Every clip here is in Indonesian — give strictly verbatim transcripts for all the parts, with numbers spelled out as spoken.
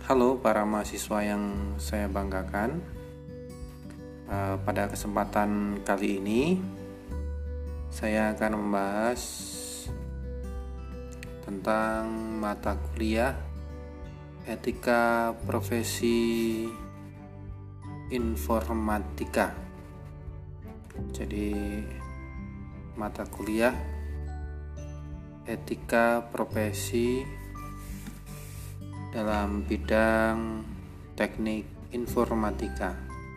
Halo para mahasiswa yang saya banggakan. Eh, Pada kesempatan kali ini saya akan membahas tentang mata kuliah Etika Profesi Informatika. Jadi mata kuliah Etika Profesi dalam bidang teknik informatika.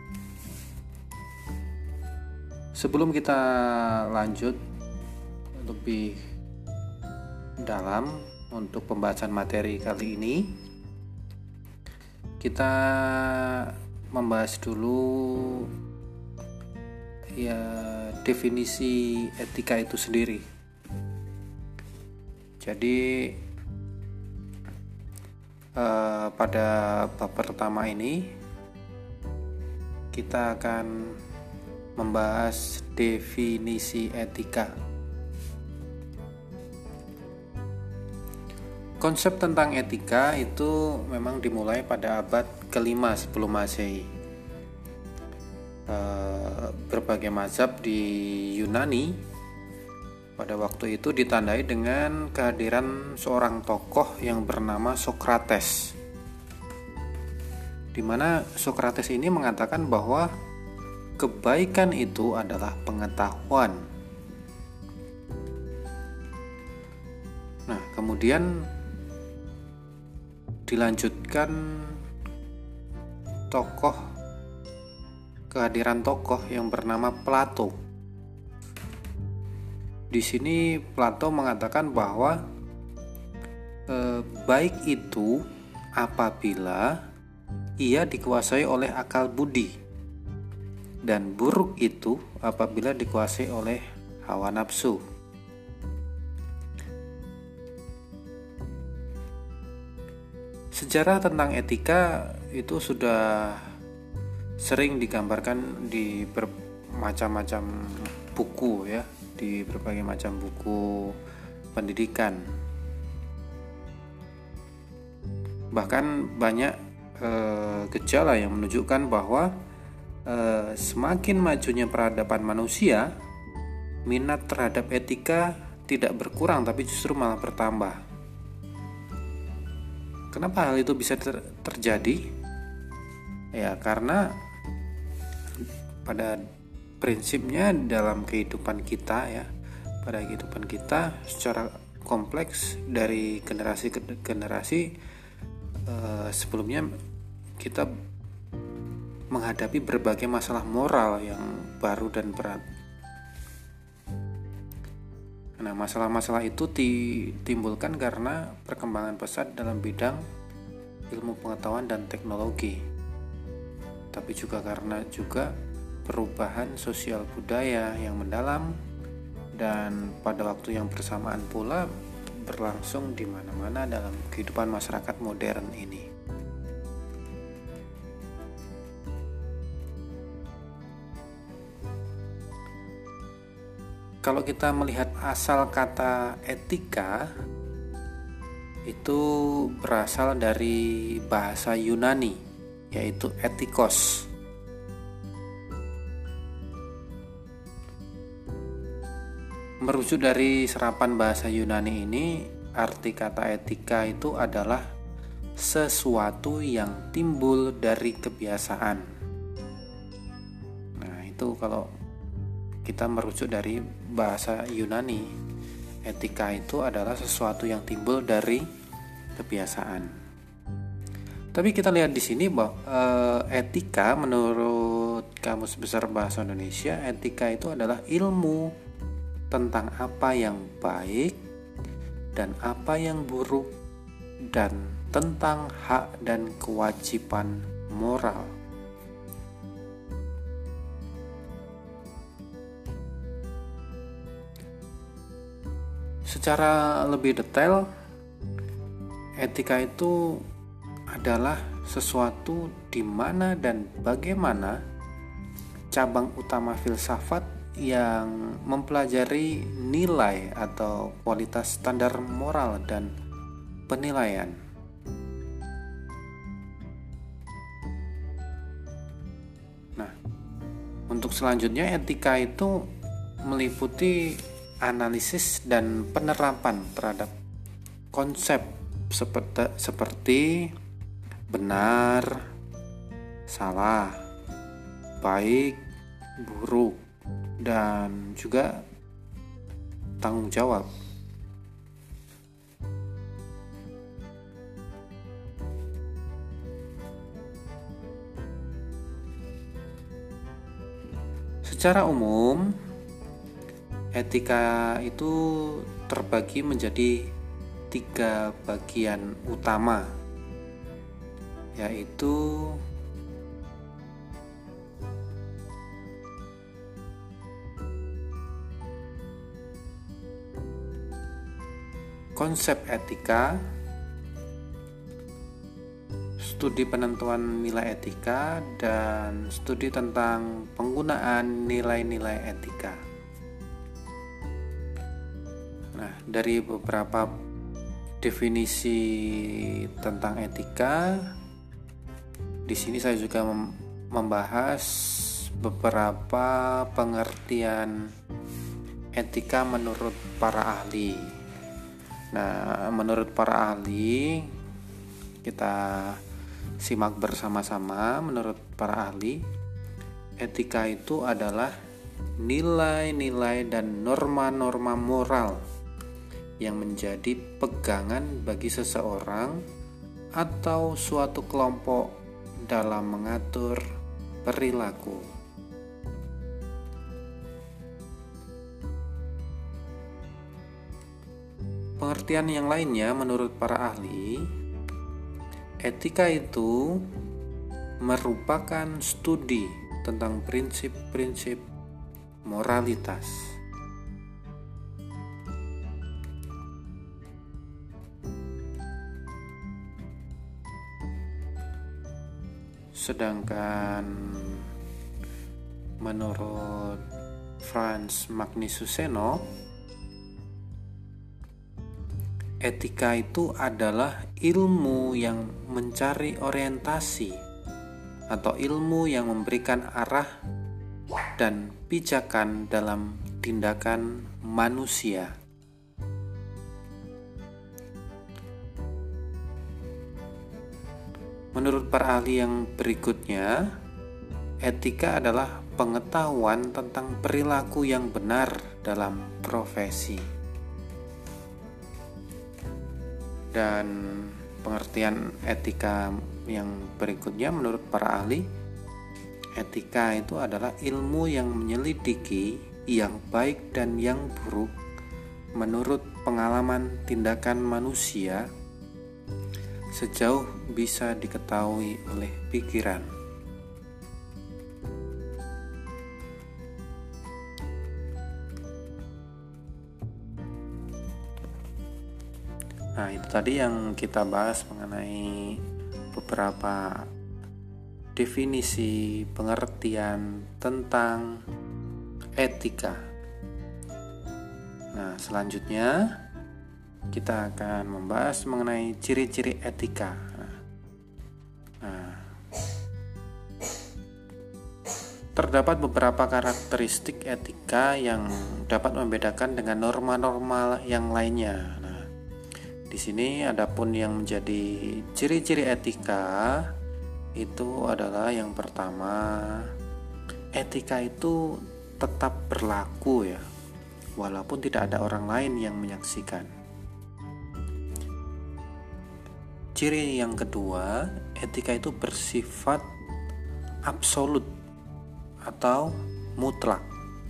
Sebelum kita lanjut lebih dalam untuk pembahasan materi kali ini, kita membahas dulu ya definisi etika itu sendiri. Jadi Uh, pada bab pertama ini kita akan membahas definisi etika. Konsep tentang etika itu memang dimulai pada abad kelima sebelum Masehi. Uh, berbagai mazhab di Yunani pada waktu itu ditandai dengan kehadiran seorang tokoh yang bernama Sokrates, di mana Sokrates ini mengatakan bahwa kebaikan itu adalah pengetahuan. Nah, kemudian dilanjutkan tokoh kehadiran tokoh yang bernama Plato. Di sini Plato mengatakan bahwa eh, baik itu apabila ia dikuasai oleh akal budi, dan buruk itu apabila dikuasai oleh hawa nafsu. Sejarah tentang etika itu sudah sering digambarkan di bermacam-macam buku ya, di berbagai macam buku pendidikan. Bahkan banyak e, gejala yang menunjukkan bahwa e, semakin majunya peradaban manusia, minat terhadap etika tidak berkurang tapi justru malah bertambah. Kenapa hal itu bisa ter- terjadi? Ya, karena pada prinsipnya dalam kehidupan kita ya, pada kehidupan kita secara kompleks dari generasi ke generasi eh, sebelumnya kita menghadapi berbagai masalah moral yang baru dan berat. Nah, masalah-masalah itu ditimbulkan karena perkembangan pesat dalam bidang ilmu pengetahuan dan teknologi, tapi juga karena juga perubahan sosial budaya yang mendalam, dan pada waktu yang bersamaan pula berlangsung di mana-mana dalam kehidupan masyarakat modern ini. Kalau kita melihat asal kata etika, itu berasal dari bahasa Yunani, yaitu etikos. Merujuk dari serapan bahasa Yunani ini, arti kata etika itu adalah sesuatu yang timbul dari kebiasaan. Nah, itu kalau kita merujuk dari bahasa Yunani, etika itu adalah sesuatu yang timbul dari kebiasaan. Tapi kita lihat di sini bahwa eh, etika menurut Kamus Besar Bahasa Indonesia, etika itu adalah ilmu tentang apa yang baik dan apa yang buruk, dan tentang hak dan kewajiban moral. Secara lebih detail, etika itu adalah sesuatu di mana dan bagaimana cabang utama filsafat yang mempelajari nilai atau kualitas standar moral dan penilaian. Untuk selanjutnya, etika itu meliputi analisis dan penerapan terhadap konsep seperti, seperti benar, salah, baik, buruk, dan juga tanggung jawab. Secara umum, etika itu terbagi menjadi tiga bagian utama, yaitu konsep etika, studi penentuan nilai etika, dan studi tentang penggunaan nilai-nilai etika. Nah, dari beberapa definisi tentang etika, di sini saya juga membahas beberapa pengertian etika menurut para ahli. Nah, menurut para ahli, kita simak bersama-sama. Menurut para ahli, etika itu adalah nilai-nilai dan norma-norma moral yang menjadi pegangan bagi seseorang atau suatu kelompok dalam mengatur perilaku. Pengertian yang lainnya menurut para ahli, etika itu merupakan studi tentang prinsip-prinsip moralitas. Sedangkan menurut Frans Magnisuseno, etika itu adalah ilmu yang mencari orientasi atau ilmu yang memberikan arah dan pijakan dalam tindakan manusia. Menurut para ahli yang berikutnya, etika adalah pengetahuan tentang perilaku yang benar dalam profesi. Dan pengertian etika yang berikutnya menurut para ahli, etika itu adalah ilmu yang menyelidiki yang baik dan yang buruk menurut pengalaman tindakan manusia sejauh bisa diketahui oleh pikiran. Nah, itu tadi yang kita bahas mengenai beberapa definisi pengertian tentang etika. Nah, selanjutnya kita akan membahas mengenai ciri-ciri etika. Nah, terdapat beberapa karakteristik etika yang dapat membedakan dengan norma-norma yang lainnya. Nah, di sini adapun yang menjadi ciri-ciri etika itu adalah yang pertama, etika itu tetap berlaku ya, walaupun tidak ada orang lain yang menyaksikan. Ciri yang kedua, etika itu bersifat absolut atau mutlak.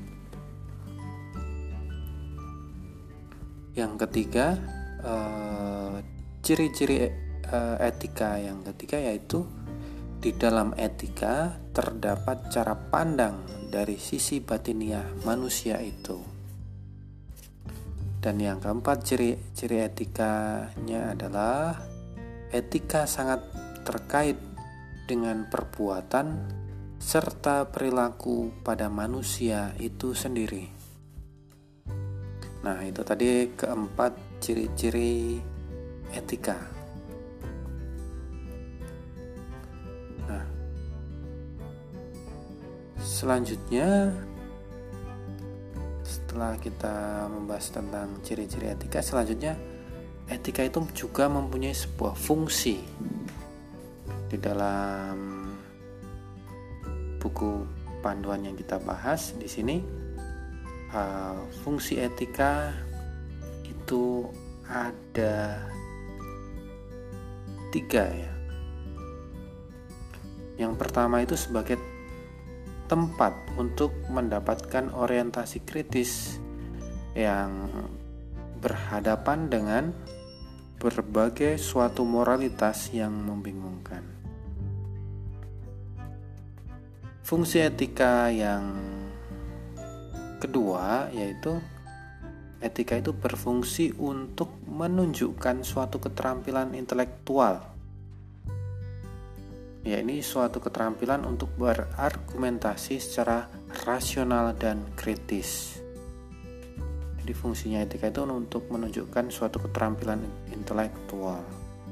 Yang ketiga, eh, ciri-ciri eh, etika yang ketiga yaitu di dalam etika terdapat cara pandang dari sisi batiniah manusia itu. Dan yang keempat, ciri-ciri etikanya adalah etika sangat terkait dengan perbuatan serta perilaku pada manusia itu sendiri. Nah, itu tadi keempat ciri-ciri etika. selanjutnya, setelah kita membahas tentang ciri-ciri etika, selanjutnya etika itu juga mempunyai sebuah fungsi. Di dalam buku panduan yang kita bahas di sini, uh, fungsi etika itu ada tiga ya. Yang pertama itu sebagai tempat untuk mendapatkan orientasi kritis yang berhadapan dengan berbagai suatu moralitas yang membingungkan. Fungsi etika yang kedua yaitu etika itu berfungsi untuk menunjukkan suatu keterampilan intelektual. Ya, ini suatu keterampilan untuk berargumentasi secara rasional dan kritis. Jadi fungsinya etika itu untuk menunjukkan suatu keterampilan intelektual.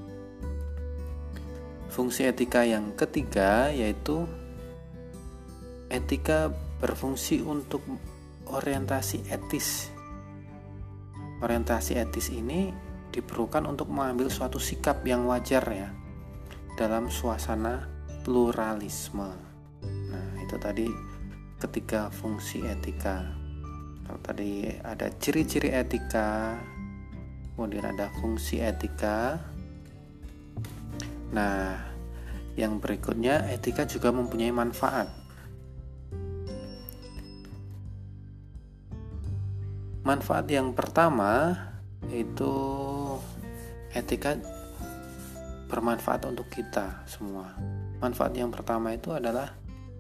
Fungsi etika yang ketiga yaitu etika berfungsi untuk orientasi etis. Orientasi etis ini diperlukan untuk mengambil suatu sikap yang wajar ya dalam suasana pluralisme. Nah, itu tadi ketiga fungsi etika. Kalau tadi ada ciri-ciri etika, kemudian ada fungsi etika. Nah, yang berikutnya etika juga mempunyai manfaat. Manfaat yang pertama yaitu etika bermanfaat untuk kita semua. Manfaat yang pertama itu adalah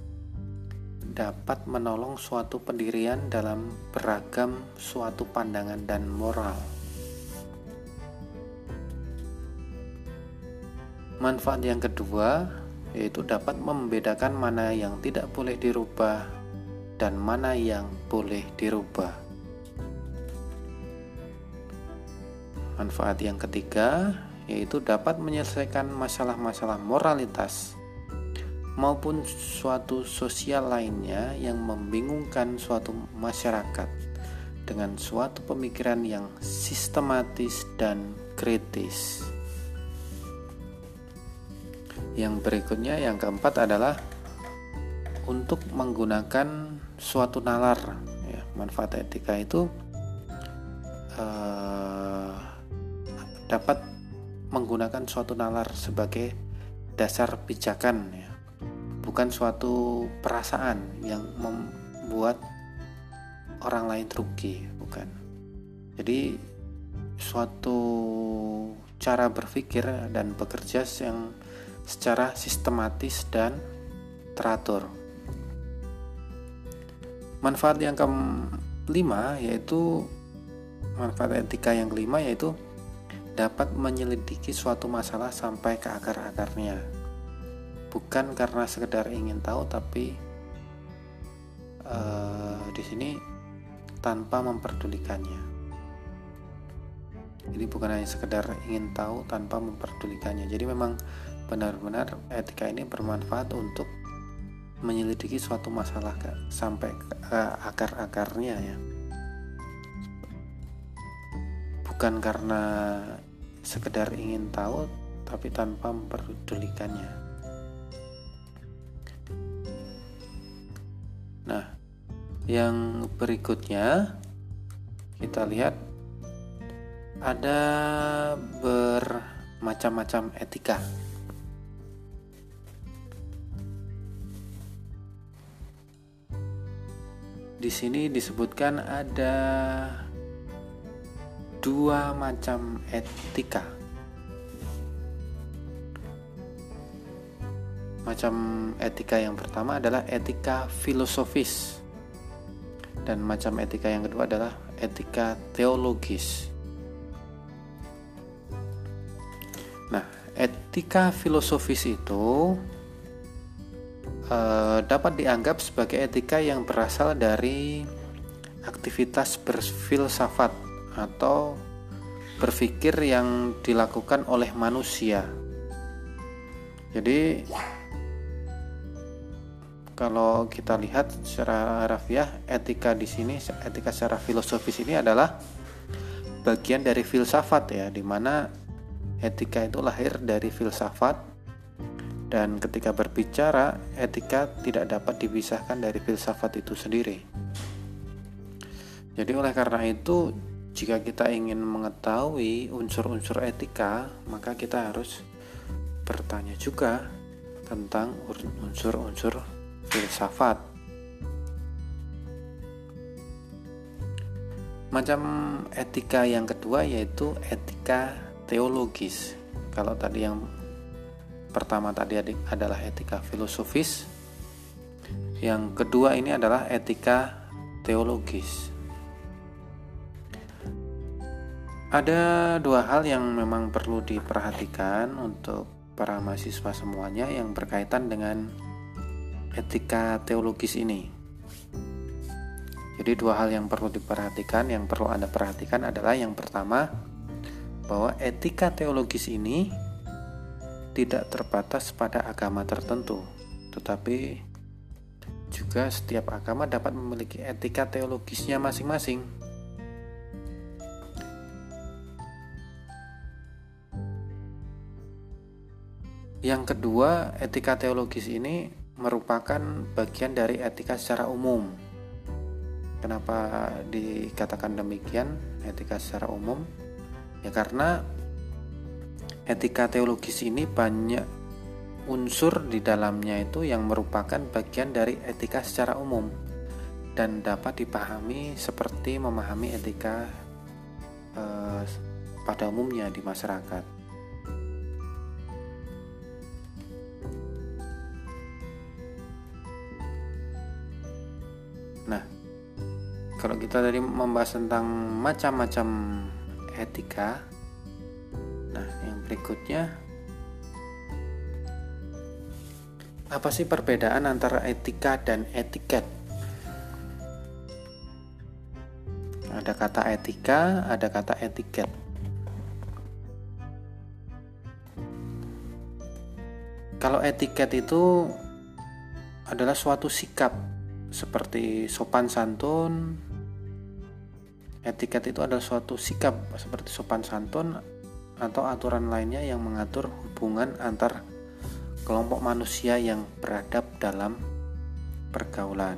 dapat menolong suatu pendirian dalam beragam suatu pandangan dan moral. Manfaat yang kedua yaitu dapat membedakan mana yang tidak boleh dirubah dan mana yang boleh dirubah. Manfaat yang ketiga yaitu dapat menyelesaikan masalah-masalah moralitas maupun suatu sosial lainnya yang membingungkan suatu masyarakat dengan suatu pemikiran yang sistematis dan kritis. Yang berikutnya, yang keempat adalah untuk menggunakan suatu nalar ya. Manfaat etika itu eh, dapat menggunakan suatu nalar sebagai dasar pijakan ya. Bukan suatu perasaan yang membuat orang lain rugi, bukan. Jadi suatu cara berpikir dan bekerja yang secara sistematis dan teratur. Manfaat yang kelima yaitu manfaat etika yang kelima yaitu dapat menyelidiki suatu masalah sampai ke akar-akarnya. Bukan karena sekedar ingin tahu, tapi uh, di sini tanpa memperdulikannya. Jadi bukan hanya sekedar ingin tahu tanpa memperdulikannya. Jadi memang benar-benar etika ini bermanfaat untuk menyelidiki suatu masalah ke, sampai ke uh, akar-akarnya ya. Bukan karena sekedar ingin tahu tapi tanpa memperdulikannya. Nah, yang berikutnya kita lihat ada bermacam-macam etika. Di sini disebutkan ada dua macam etika. Macam etika yang pertama adalah etika filosofis, dan macam etika yang kedua adalah etika teologis. Nah, etika filosofis itu eh, dapat dianggap sebagai etika yang berasal dari aktivitas berfilsafat atau berpikir yang dilakukan oleh manusia. Jadi kalau kita lihat secara harafiah, etika di sini, etika secara filosofis ini adalah bagian dari filsafat ya, dimana etika itu lahir dari filsafat, dan ketika berbicara etika tidak dapat dipisahkan dari filsafat itu sendiri. Jadi oleh karena itu, jika kita ingin mengetahui unsur-unsur etika, maka kita harus bertanya juga tentang unsur-unsur filsafat. Macam etika yang kedua yaitu etika teologis. Kalau tadi yang pertama tadi adalah etika filosofis, yang kedua ini adalah etika teologis. Ada dua hal yang memang perlu diperhatikan untuk para mahasiswa semuanya yang berkaitan dengan etika teologis ini. Jadi dua hal yang perlu diperhatikan, yang perlu Anda perhatikan adalah yang pertama, bahwa etika teologis ini tidak terbatas pada agama tertentu, tetapi juga setiap agama dapat memiliki etika teologisnya masing-masing. Yang kedua, etika teologis ini merupakan bagian dari etika secara umum. Kenapa dikatakan demikian, etika secara umum? Ya karena etika teologis ini banyak unsur di dalamnya itu yang merupakan bagian dari etika secara umum dan dapat dipahami seperti memahami etika eh, pada umumnya di masyarakat. Nah, kalau kita tadi membahas tentang macam-macam etika, nah yang berikutnya, apa sih perbedaan antara etika dan etiket? Ada kata etika, ada kata etiket. Kalau etiket itu adalah suatu sikap seperti sopan santun. Etiket itu adalah suatu sikap seperti sopan santun atau aturan lainnya yang mengatur hubungan antar kelompok manusia yang beradab dalam pergaulan.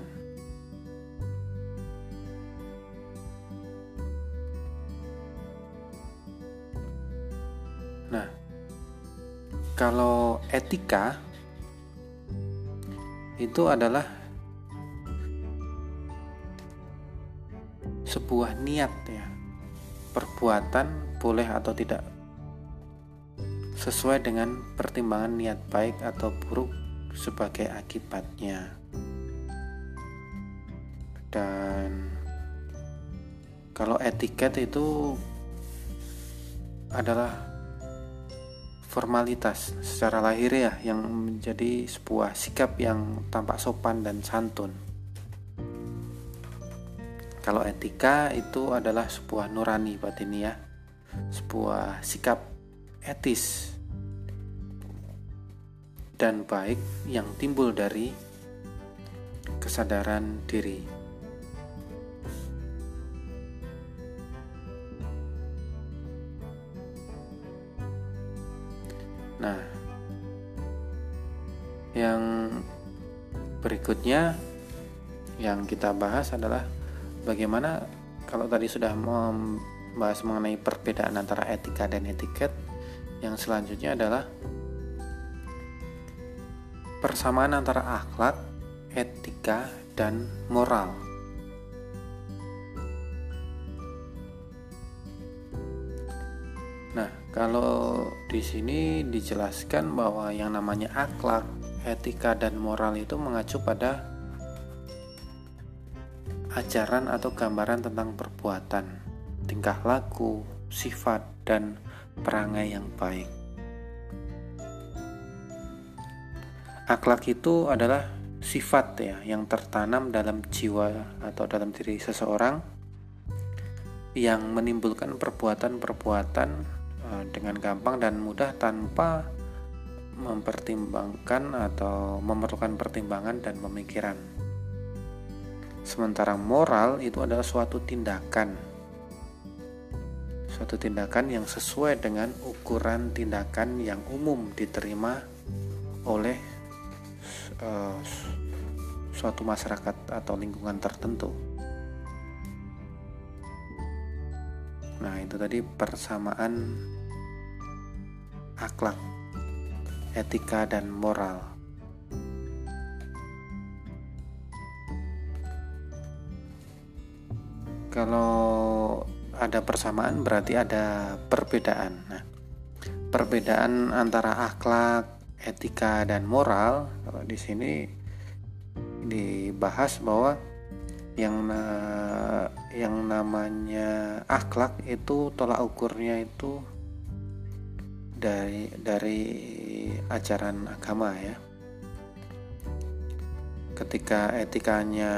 Nah, kalau etika itu adalah sebuah niat ya, perbuatan boleh atau tidak sesuai dengan pertimbangan niat baik atau buruk sebagai akibatnya. Dan kalau etiket itu adalah formalitas secara lahiriah yang menjadi sebuah sikap yang tampak sopan dan santun. Kalau etika itu adalah sebuah nurani batiniah, sebuah sikap etis dan baik yang timbul dari kesadaran diri. Nah, yang berikutnya yang kita bahas adalah bagaimana kalau tadi sudah membahas mengenai perbedaan antara etika dan etiket, yang selanjutnya adalah persamaan antara akhlak, etika, dan moral. Nah, kalau di sini dijelaskan bahwa yang namanya akhlak, etika, dan moral itu mengacu pada ajaran atau gambaran tentang perbuatan, tingkah laku, sifat, dan perangai yang baik. Akhlak itu adalah sifat ya yang tertanam dalam jiwa atau dalam diri seseorang yang menimbulkan perbuatan-perbuatan dengan gampang dan mudah tanpa mempertimbangkan atau memerlukan pertimbangan dan pemikiran. Sementara moral itu adalah suatu tindakan. Suatu tindakan yang sesuai dengan ukuran tindakan yang umum diterima oleh uh, suatu masyarakat atau lingkungan tertentu. Nah, itu tadi persamaan akhlak, etika, dan moral. Kalau ada persamaan berarti ada perbedaan. Nah, perbedaan antara akhlak, etika, dan moral, kalau di sini dibahas bahwa yang yang namanya akhlak itu tolak ukurnya itu dari dari ajaran agama ya. Ketika etikanya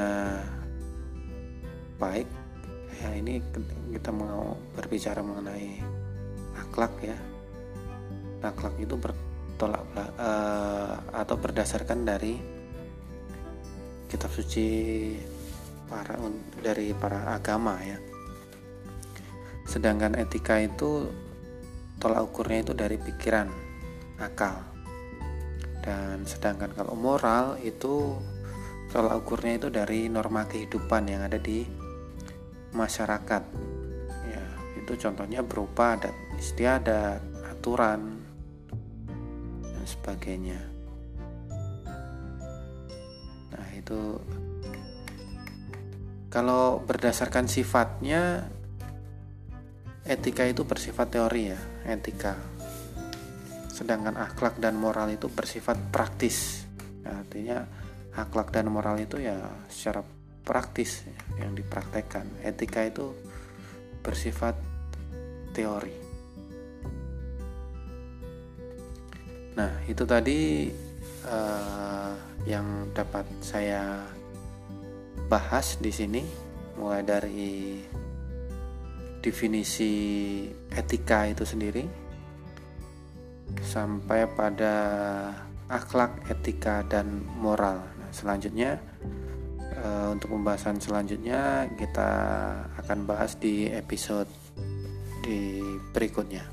baik, ya ini kita mau berbicara mengenai akhlak ya. Akhlak itu bertolak uh, atau berdasarkan dari kitab suci para dari para agama ya. Sedangkan etika itu tolak ukurnya itu dari pikiran, akal. Dan sedangkan kalau moral itu tolak ukurnya itu dari norma kehidupan yang ada di masyarakat. Ya, itu contohnya berupa adat istiadat, aturan, dan sebagainya. Nah, itu kalau berdasarkan sifatnya, etika itu bersifat teori ya, etika. Sedangkan akhlak dan moral itu bersifat praktis. Nah, artinya akhlak dan moral itu ya secara praktis ya, yang dipraktekkan. Etika itu bersifat teori. Nah, itu tadi uh, yang dapat saya bahas di sini, mulai dari definisi etika itu sendiri sampai pada akhlak, etika, dan moral. Nah, selanjutnya uh, untuk pembahasan selanjutnya kita akan bahas di episode di berikutnya.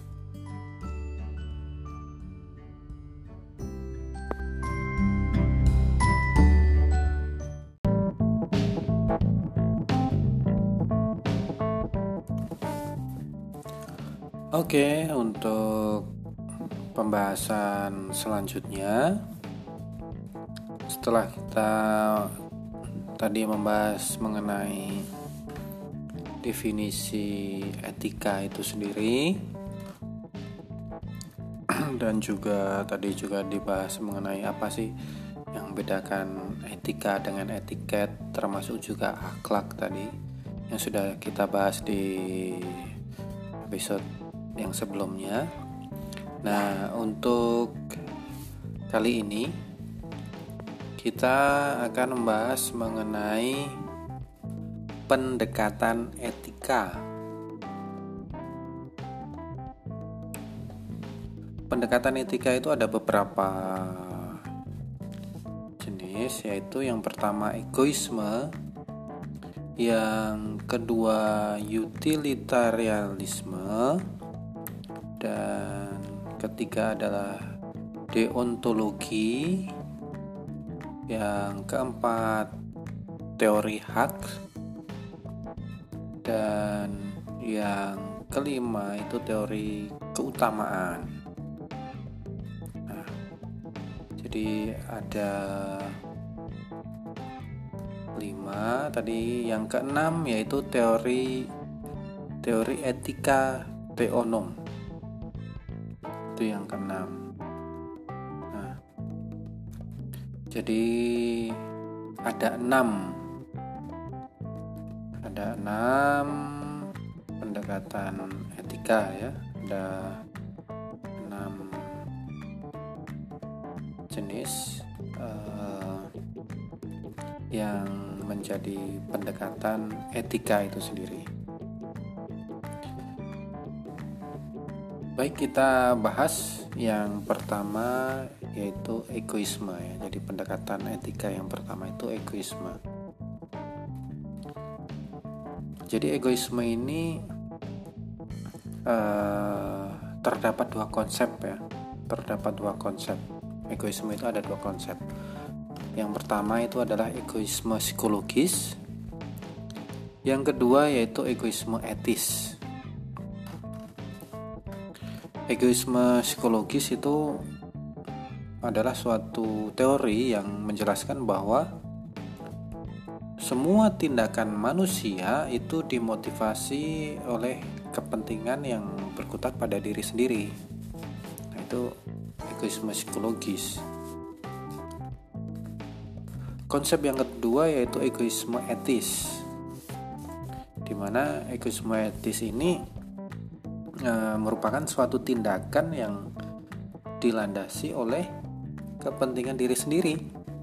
Oke, untuk pembahasan selanjutnya, setelah kita tadi membahas mengenai definisi etika itu sendiri, dan juga tadi juga dibahas mengenai apa sih yang membedakan etika dengan etiket, termasuk juga akhlak tadi yang sudah kita bahas di episode yang sebelumnya. Nah, untuk kali ini kita akan membahas mengenai pendekatan etika. Pendekatan etika itu ada beberapa jenis, yaitu yang pertama egoisme, yang kedua utilitarianisme, dan ketiga adalah deontologi, yang keempat teori hak, dan yang kelima itu teori keutamaan. Nah, jadi ada lima tadi. Yang keenam yaitu teori teori etika teonom, itu yang keenam. Nah, jadi ada enam ada enam pendekatan etika ya, ada enam jenis uh, yang menjadi pendekatan etika itu sendiri. Baik, kita bahas yang pertama yaitu egoisme ya. Jadi pendekatan etika yang pertama itu egoisme. Jadi egoisme ini eh, terdapat dua konsep ya. Terdapat dua konsep. Egoisme itu ada dua konsep. Yang pertama itu adalah egoisme psikologis. Yang kedua yaitu egoisme etis. Egoisme psikologis itu adalah suatu teori yang menjelaskan bahwa semua tindakan manusia itu dimotivasi oleh kepentingan yang berkutat pada diri sendiri. Nah, itu egoisme psikologis. Konsep yang kedua yaitu egoisme etis, di mana egoisme etis ini e, merupakan suatu tindakan yang dilandasi oleh kepentingan diri sendiri.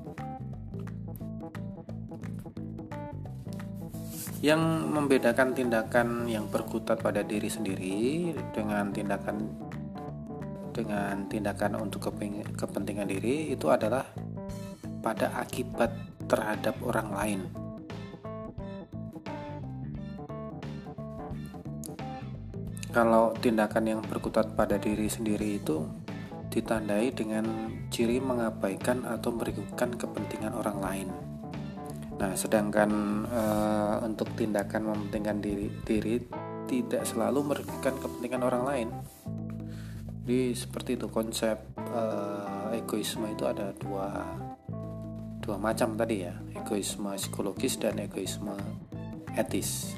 Yang membedakan tindakan yang berkutat pada diri sendiri dengan tindakan dengan tindakan untuk kepentingan diri itu adalah pada akibat terhadap orang lain. Kalau tindakan yang berkutat pada diri sendiri itu ditandai dengan ciri mengabaikan atau merugikan kepentingan orang lain. Nah, sedangkan e, untuk tindakan mementingkan diri, diri tidak selalu merugikan kepentingan orang lain. Jadi seperti itu konsep e, egoisme itu ada dua dua macam tadi ya, egoisme psikologis dan egoisme etis.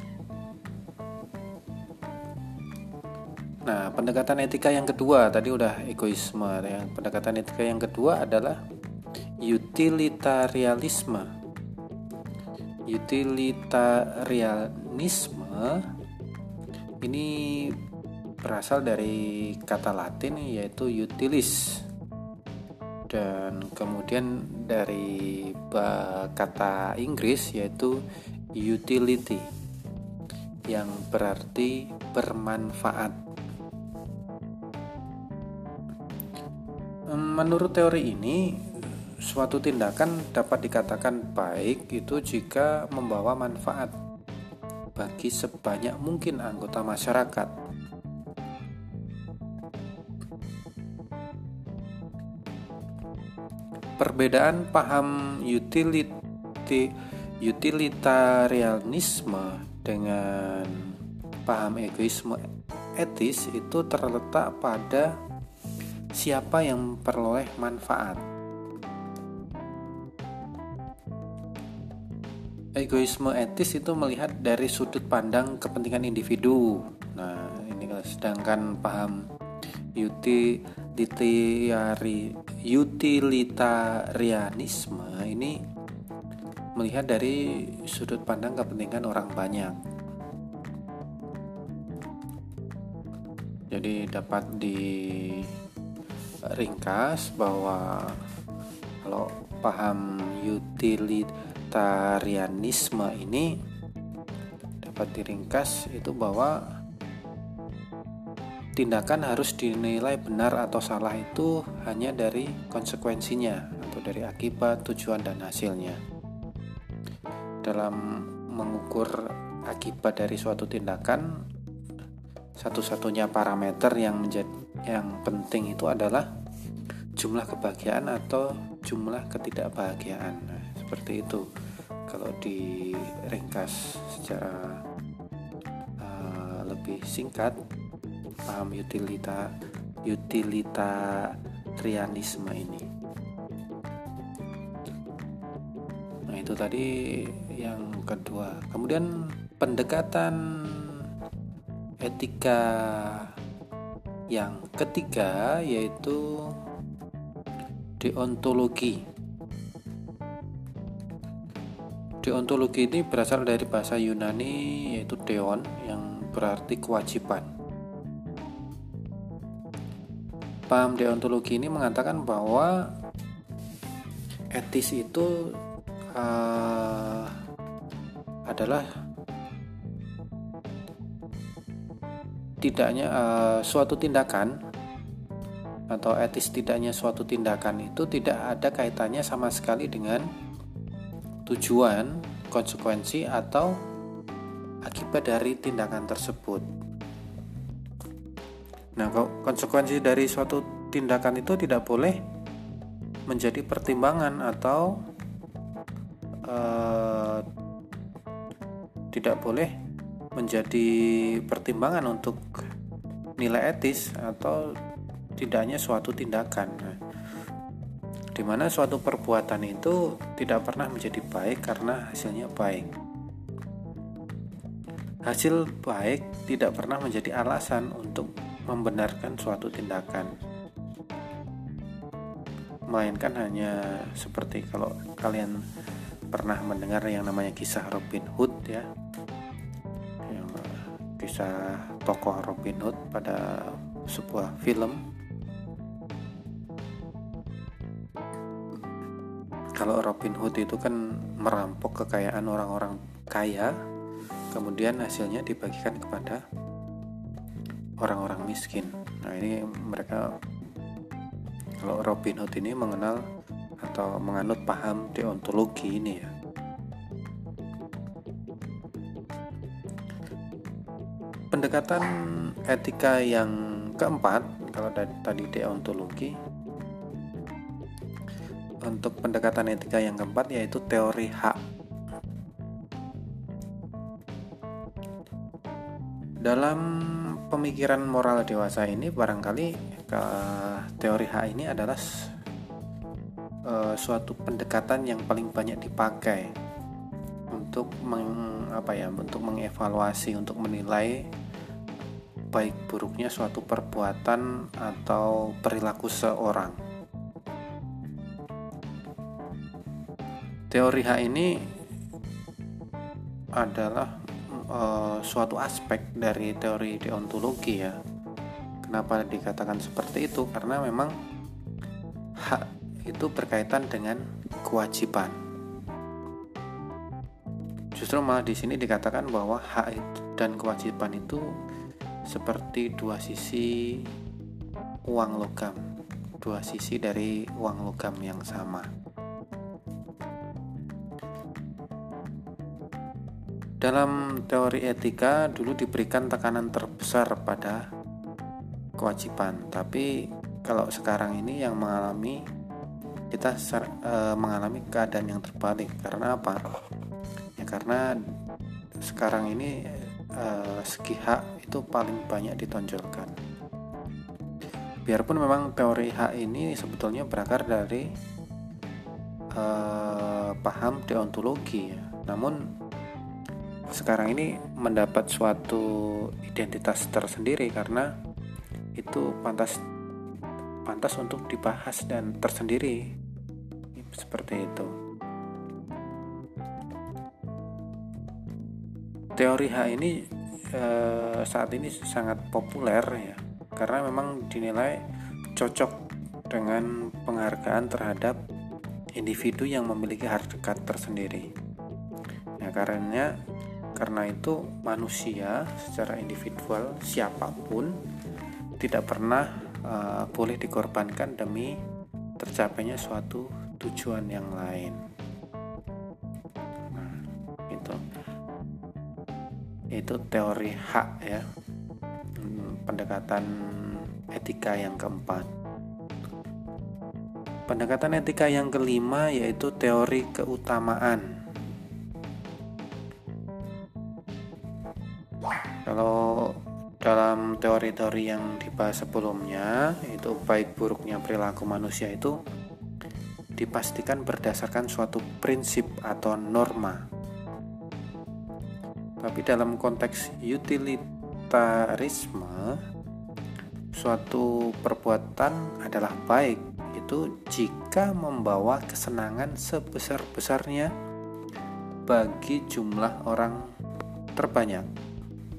Nah, pendekatan etika yang kedua tadi udah egoisme. Yang pendekatan etika yang kedua adalah utilitarianisme. Utilitarianisme ini berasal dari kata Latin yaitu utilis, dan kemudian dari kata Inggris yaitu utility yang berarti bermanfaat. Menurut teori ini, suatu tindakan dapat dikatakan baik itu jika membawa manfaat bagi sebanyak mungkin anggota masyarakat. Perbedaan paham utility, utilitarianisme dengan paham egoisme etis itu terletak pada siapa yang memperoleh manfaat. Egoisme etis itu melihat dari sudut pandang kepentingan individu. Nah, ini sedangkan paham utilitari, utilitarianisme ini melihat dari sudut pandang kepentingan orang banyak. Jadi dapat diringkas bahwa kalau paham utilitarianisme Utilitarianisme ini dapat diringkas itu bahwa tindakan harus dinilai benar atau salah itu hanya dari konsekuensinya atau dari akibat, tujuan, dan hasilnya. Dalam mengukur akibat dari suatu tindakan, satu-satunya parameter yang menjadi yang penting itu adalah jumlah kebahagiaan atau jumlah ketidakbahagiaan. Nah, seperti itu kalau diringkas secara uh, lebih singkat paham utilita utilitarianisme ini. Nah, itu tadi yang kedua. Kemudian pendekatan etika yang ketiga yaitu deontologi. Deontologi ini berasal dari bahasa Yunani yaitu deon yang berarti kewajiban. Paham deontologi ini mengatakan bahwa etis itu uh, adalah tidaknya uh, suatu tindakan atau etis tidaknya suatu tindakan itu tidak ada kaitannya sama sekali dengan tujuan, konsekuensi, atau akibat dari tindakan tersebut. Nah, konsekuensi dari suatu tindakan itu tidak boleh menjadi pertimbangan atau uh, tidak boleh menjadi pertimbangan untuk nilai etis atau tidaknya suatu tindakan. Nah, di mana suatu perbuatan itu tidak pernah menjadi baik karena hasilnya baik. Hasil baik tidak pernah menjadi alasan untuk membenarkan suatu tindakan, melainkan hanya seperti kalau kalian pernah mendengar yang namanya kisah Robin Hood ya, yang kisah tokoh Robin Hood pada sebuah film. Kalau Robin Hood itu kan merampok kekayaan orang-orang kaya, kemudian hasilnya dibagikan kepada orang-orang miskin. Nah, ini mereka, kalau Robin Hood ini mengenal atau menganut paham deontologi ini ya. Pendekatan etika yang keempat, kalau tadi deontologi, untuk pendekatan etika yang keempat yaitu teori hak. Dalam pemikiran moral dewasa ini barangkali ke teori hak ini adalah uh, suatu pendekatan yang paling banyak dipakai untuk meng, apa ya, untuk mengevaluasi, untuk menilai baik buruknya suatu perbuatan atau perilaku seorang. Teori hak ini adalah uh, suatu aspek dari teori deontologi ya. Kenapa dikatakan seperti itu? Karena memang hak itu berkaitan dengan kewajiban. Justru malah di sini dikatakan bahwa hak itu dan kewajiban itu seperti dua sisi uang logam, dua sisi dari uang logam yang sama. Dalam teori etika dulu diberikan tekanan terbesar pada kewajiban, tapi kalau sekarang ini yang mengalami kita e, mengalami keadaan yang terbalik. Karena apa? Ya karena sekarang ini e, segi hak itu paling banyak ditonjolkan. Biarpun memang teori hak ini sebetulnya berakar dari e, paham deontologi ya. Namun sekarang ini mendapat suatu identitas tersendiri karena itu pantas pantas untuk dibahas dan tersendiri seperti itu. Teori hak ini eh, saat ini sangat populer ya, karena memang dinilai cocok dengan penghargaan terhadap individu yang memiliki harkat tersendiri. Nah, karena Karena itu manusia secara individual siapapun tidak pernah uh, boleh dikorbankan demi tercapainya suatu tujuan yang lain. Nah, itu itu teori hak ya, pendekatan etika yang keempat. Pendekatan etika yang kelima yaitu teori keutamaan. Kalau dalam teori-teori yang dibahas sebelumnya, itu baik buruknya perilaku manusia itu dipastikan berdasarkan suatu prinsip atau norma. Tapi dalam konteks utilitarisme, suatu perbuatan adalah baik itu jika membawa kesenangan sebesar-besarnya bagi jumlah orang terbanyak.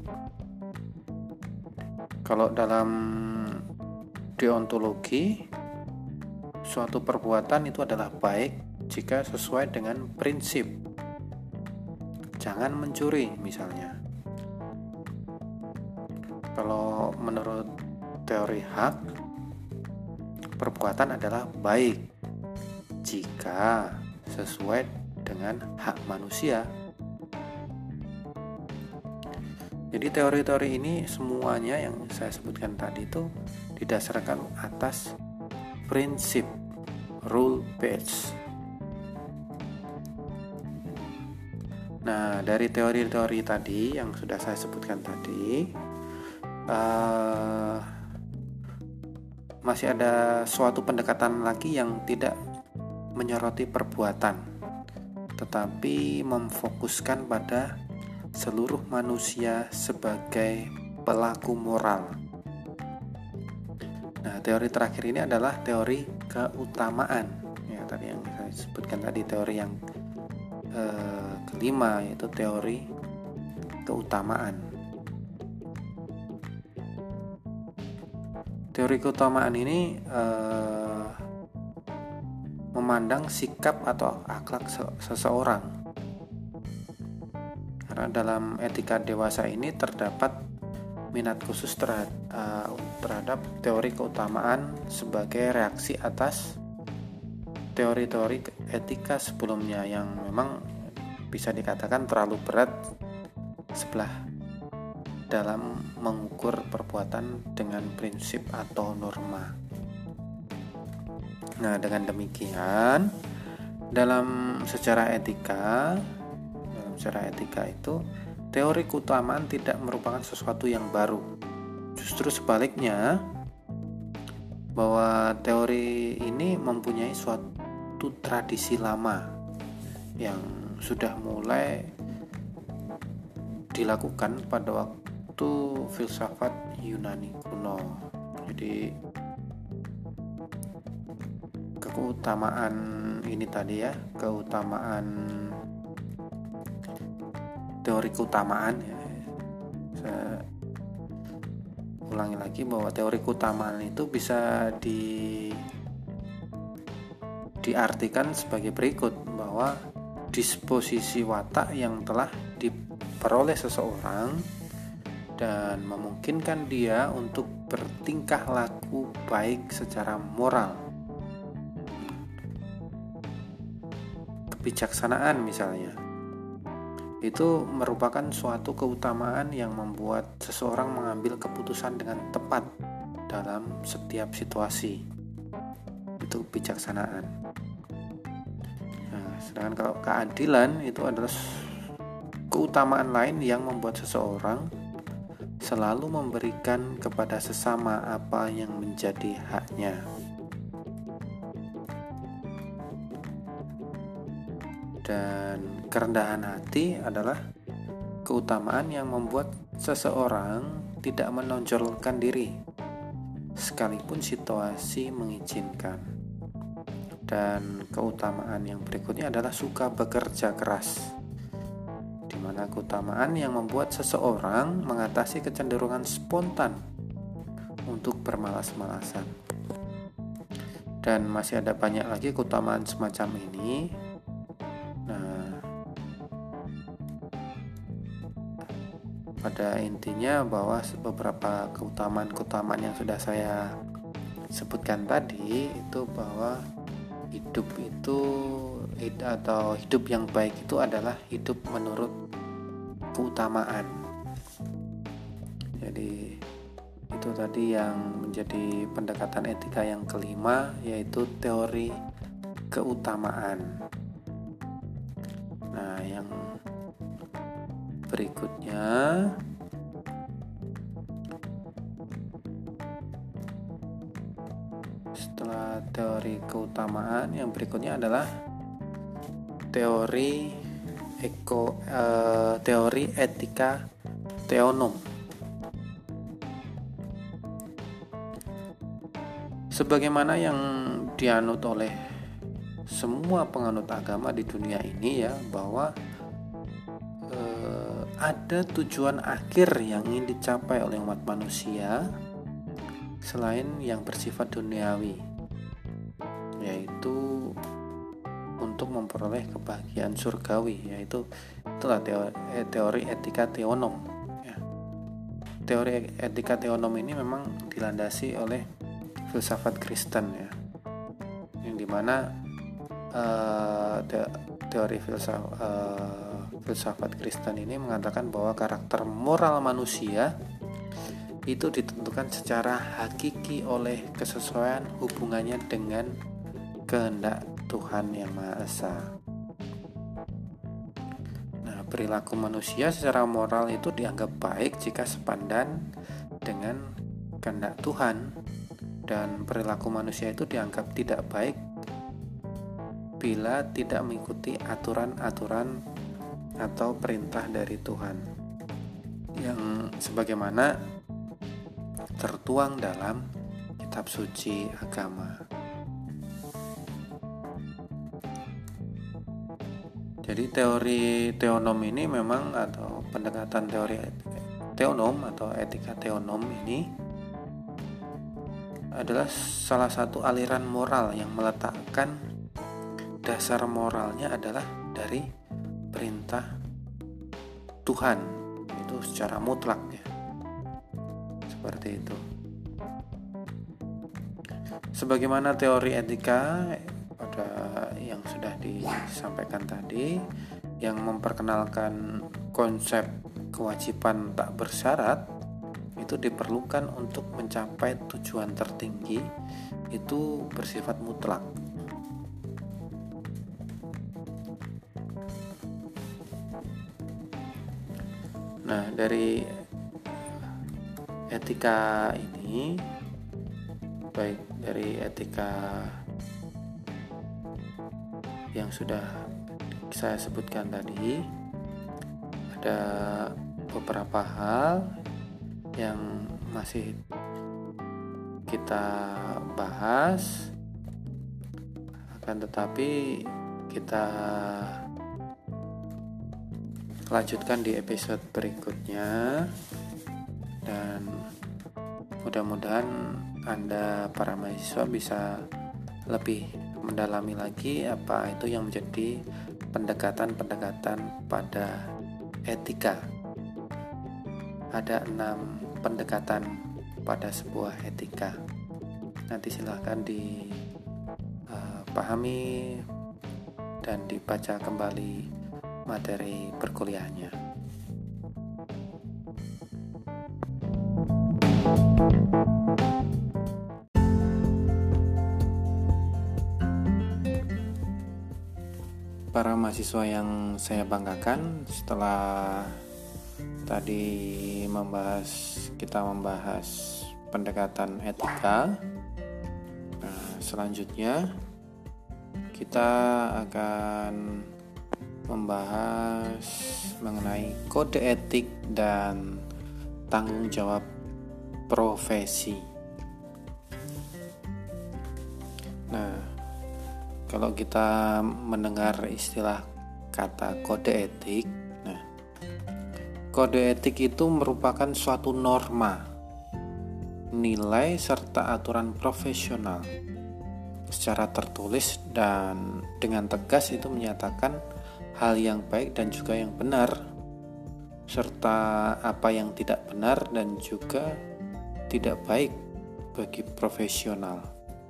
Kalau dalam deontologi, suatu perbuatan itu adalah baik jika sesuai dengan prinsip. Jangan mencuri misalnya. Kalau kalau menurut teori hak, perbuatan adalah baik jika sesuai dengan hak manusia. Jadi teori-teori ini semuanya yang saya sebutkan tadi itu didasarkan atas prinsip rule based. Nah, dari teori-teori tadi yang sudah saya sebutkan tadi, uh, masih ada suatu pendekatan lagi yang tidak menyoroti perbuatan, tetapi memfokuskan pada seluruh manusia sebagai pelaku moral. Nah, teori terakhir ini adalah teori keutamaan. Ya, tadi yang saya sebutkan tadi teori yang eh, kelima, yaitu teori keutamaan. Teori keutamaan ini eh, memandang sikap atau akhlak seseorang. Karena dalam etika dewasa ini terdapat minat khusus terhadap, uh, terhadap teori keutamaan sebagai reaksi atas teori-teori etika sebelumnya yang memang bisa dikatakan terlalu berat sebelah dalam mengukur perbuatan dengan prinsip atau norma. Nah, dengan demikian dalam sejarah etika Secara etika itu, teori keutamaan tidak merupakan sesuatu yang baru. Justru sebaliknya, bahwa teori ini mempunyai suatu tradisi lama yang sudah mulai dilakukan pada waktu filsafat Yunani kuno. Jadi keutamaan ini tadi ya, keutamaan teori keutamaan ya. Saya ulangi lagi bahwa teori keutamaan itu bisa di diartikan sebagai berikut, bahwa disposisi watak yang telah diperoleh seseorang dan memungkinkan dia untuk bertingkah laku baik secara moral. Kebijaksanaan misalnya, itu merupakan suatu keutamaan yang membuat seseorang mengambil keputusan dengan tepat dalam setiap situasi. Itu kebijaksanaan. Nah, sedangkan kalau keadilan itu adalah keutamaan lain yang membuat seseorang selalu memberikan kepada sesama apa yang menjadi haknya. Dan kerendahan hati adalah keutamaan yang membuat seseorang tidak menonjolkan diri sekalipun situasi mengizinkan. Dan keutamaan yang berikutnya adalah suka bekerja keras, di mana keutamaan yang membuat seseorang mengatasi kecenderungan spontan untuk bermalas-malasan. Dan masih ada banyak lagi keutamaan semacam ini. Pada intinya bahwa beberapa keutamaan-keutamaan yang sudah saya sebutkan tadi itu bahwa hidup itu atau hidup yang baik itu adalah hidup menurut keutamaan. Jadi itu tadi yang menjadi pendekatan etika yang kelima, yaitu teori keutamaan. Nah, yang berikutnya setelah teori keutamaan, yang berikutnya adalah teori eko eh, teori etika teonom. Sebagaimana yang dianut oleh semua penganut agama di dunia ini ya, bahwa ada tujuan akhir yang ingin dicapai oleh umat manusia selain yang bersifat duniawi, yaitu untuk memperoleh kebahagiaan surgawi, yaitu itulah teori, teori etika teonom ya. teori etika teonom ini memang dilandasi oleh filsafat Kristen ya, yang dimana uh, te- teori filsaf, uh, filsafat Kristen ini mengatakan bahwa karakter moral manusia itu ditentukan secara hakiki oleh kesesuaian hubungannya dengan kehendak Tuhan Yang Maha Esa. Nah, perilaku manusia secara moral itu dianggap baik jika sepadan dengan kehendak Tuhan, dan perilaku manusia itu dianggap tidak baik bila tidak mengikuti aturan-aturan atau perintah dari Tuhan yang sebagaimana tertuang dalam kitab suci agama. Jadi teori teonom ini memang, atau pendekatan teori teonom atau etika teonom ini adalah salah satu aliran moral yang meletakkan dasar moralnya adalah dari perintah Tuhan itu secara mutlak ya. Seperti itu. Sebagaimana teori etika pada yang sudah disampaikan tadi, yang memperkenalkan konsep kewajiban tak bersyarat, itu diperlukan untuk mencapai tujuan tertinggi, itu bersifat mutlak. Nah, dari etika ini, baik dari etika yang sudah saya sebutkan tadi, ada beberapa hal yang masih kita bahas, akan tetapi kita lanjutkan di episode berikutnya, dan mudah-mudahan Anda para mahasiswa bisa lebih mendalami lagi apa itu yang menjadi pendekatan-pendekatan pada etika. Ada enam pendekatan pada sebuah etika. Nanti silahkan dipahami uh, dan dibaca kembali materi perkuliahannya. Para mahasiswa yang saya banggakan, setelah tadi membahas kita membahas pendekatan etika, nah selanjutnya kita akan membahas mengenai kode etik dan tanggung jawab profesi. Nah, kalau kita mendengar istilah kata kode etik, nah, kode etik itu merupakan suatu norma, nilai serta aturan profesional secara tertulis dan dengan tegas itu menyatakan hal yang baik dan juga yang benar, serta apa yang tidak benar dan juga tidak baik bagi profesional.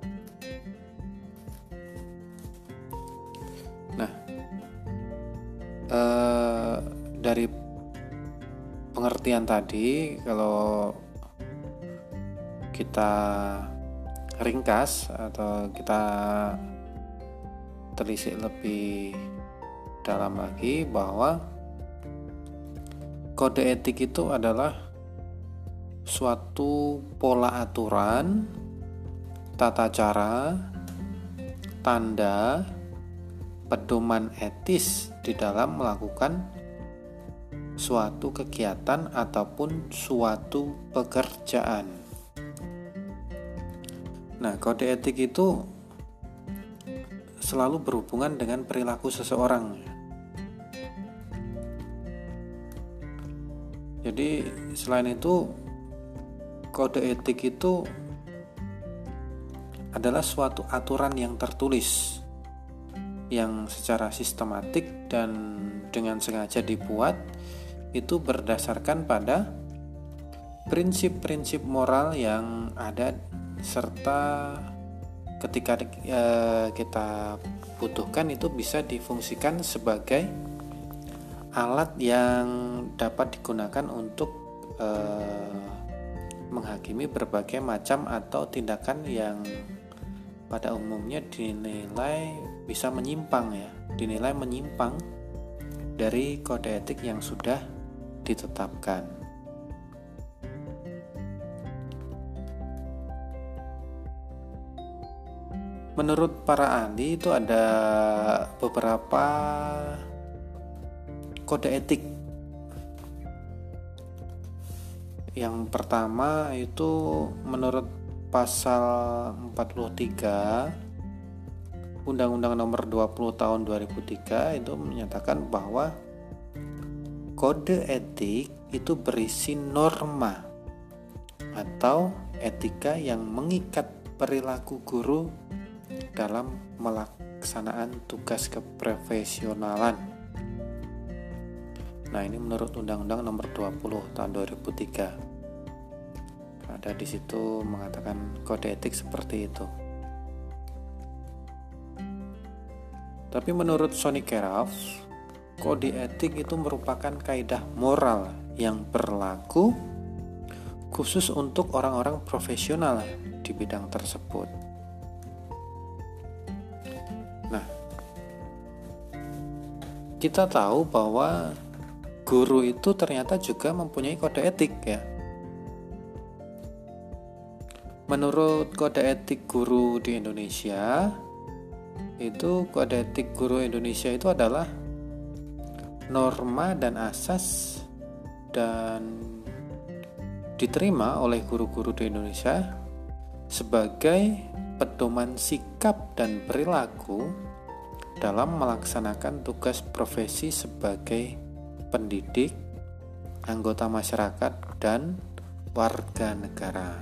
Nah, eh, dari pengertian tadi, kalau kita ringkas atau kita telisik lebih dalam lagi, bahwa kode etik itu adalah suatu pola aturan, tata cara, tanda, pedoman etis di dalam melakukan suatu kegiatan ataupun suatu pekerjaan. Nah, kode etik itu selalu berhubungan dengan perilaku seseorang. Jadi selain itu, kode etik itu adalah suatu aturan yang tertulis, yang secara sistematik dan dengan sengaja dibuat, itu berdasarkan pada prinsip-prinsip moral yang ada serta ketika eh, kita butuhkan itu bisa difungsikan sebagai alat yang dapat digunakan untuk eh, menghakimi berbagai macam atau tindakan yang pada umumnya dinilai bisa menyimpang ya, dinilai menyimpang dari kode etik yang sudah ditetapkan. Menurut para ahli itu ada beberapa kode etik. Yang pertama itu menurut pasal empat puluh tiga Undang-Undang Nomor dua puluh Tahun dua ribu tiga itu menyatakan bahwa kode etik itu berisi norma atau etika yang mengikat perilaku guru dalam melaksanaan tugas keprofesionalan. Nah, ini menurut Undang-Undang Nomor dua puluh Tahun dua ribu tiga. Ada di situ mengatakan kode etik seperti itu. Tapi menurut Sonny Keraf, kode etik itu merupakan kaidah moral yang berlaku khusus untuk orang-orang profesional di bidang tersebut. Nah, kita tahu bahwa guru itu ternyata juga mempunyai kode etik ya. Menurut kode etik guru di Indonesia, itu kode etik guru Indonesia itu adalah norma dan asas dan diterima oleh guru-guru di Indonesia sebagai pedoman sikap dan perilaku dalam melaksanakan tugas profesi sebagai pendidik, anggota masyarakat, dan warga negara.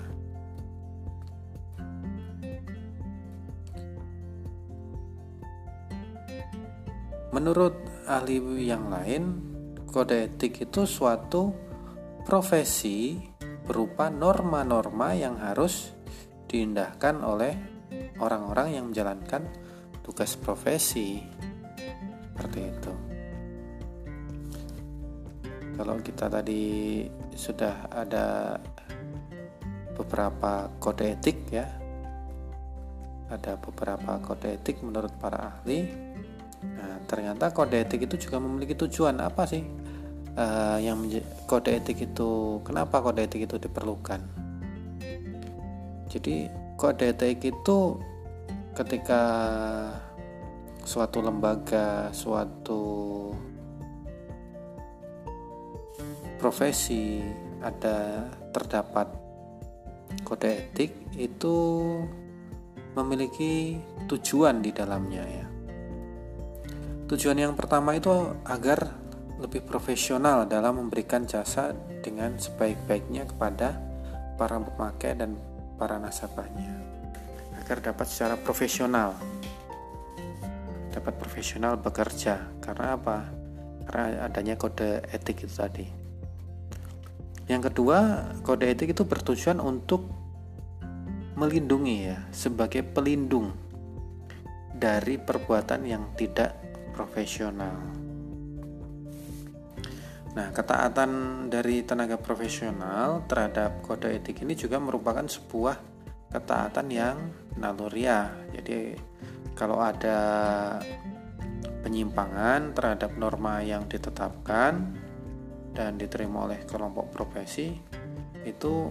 Menurut ahli yang lain, kode etik itu suatu profesi berupa norma-norma yang harus diindahkan oleh orang-orang yang menjalankan tugas profesi. Seperti itu. Kalau kita tadi sudah ada beberapa kode etik ya, ada beberapa kode etik menurut para ahli. Nah, ternyata kode etik itu juga memiliki tujuan apa sih? Uh, yang menj- kode etik itu, kenapa kode etik itu diperlukan? Jadi kode etik itu ketika suatu lembaga, suatu profesi ada terdapat kode etik itu memiliki tujuan di dalamnya ya. Tujuan yang pertama itu agar lebih profesional dalam memberikan jasa dengan sebaik-baiknya kepada para pemakai dan para nasabahnya, agar dapat secara profesional dapat profesional bekerja. Karena apa? Karena adanya kode etik itu tadi. Yang kedua, kode etik itu bertujuan untuk melindungi ya, sebagai pelindung dari perbuatan yang tidak profesional. Nah, ketaatan dari tenaga profesional terhadap kode etik ini juga merupakan sebuah ketaatan yang naluriah. Jadi, kalau ada penyimpangan terhadap norma yang ditetapkan dan diterima oleh kelompok profesi, itu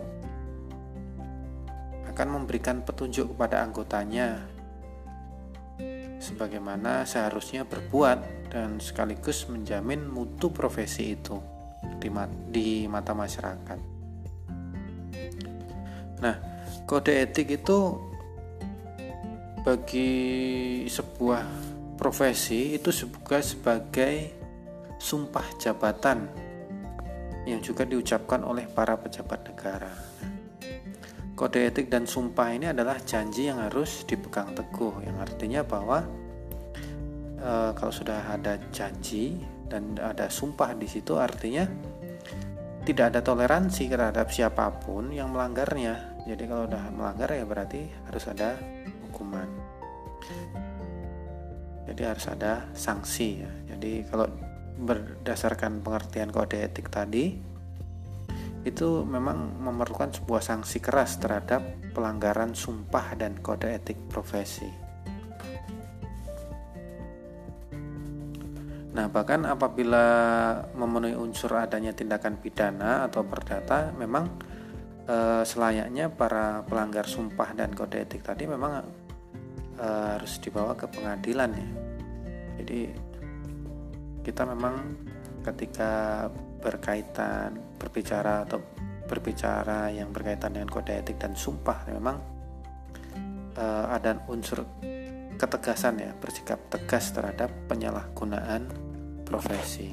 akan memberikan petunjuk kepada anggotanya sebagaimana seharusnya berbuat dan sekaligus menjamin mutu profesi itu di, mat- di mata masyarakat. Nah, kode etik itu bagi sebuah profesi itu juga sebagai sumpah jabatan yang juga diucapkan oleh para pejabat negara. Kode etik dan sumpah ini adalah janji yang harus dipegang teguh, yang artinya bahwa e, kalau sudah ada janji dan ada sumpah di situ, artinya tidak ada toleransi terhadap siapapun yang melanggarnya. Jadi kalau udah melanggar ya berarti harus ada hukuman. Jadi harus ada sanksi ya. Jadi kalau berdasarkan pengertian kode etik tadi, itu memang memerlukan sebuah sanksi keras terhadap pelanggaran sumpah dan kode etik profesi. Nah, bahkan apabila memenuhi unsur adanya tindakan pidana atau perdata, memang e, selayaknya para pelanggar sumpah dan kode etik tadi memang e, harus dibawa ke pengadilan ya. Jadi kita memang ketika berkaitan berbicara atau berbicara yang berkaitan dengan kode etik dan sumpah, memang e, ada unsur ketegasan ya, bersikap tegas terhadap penyalahgunaan profesi.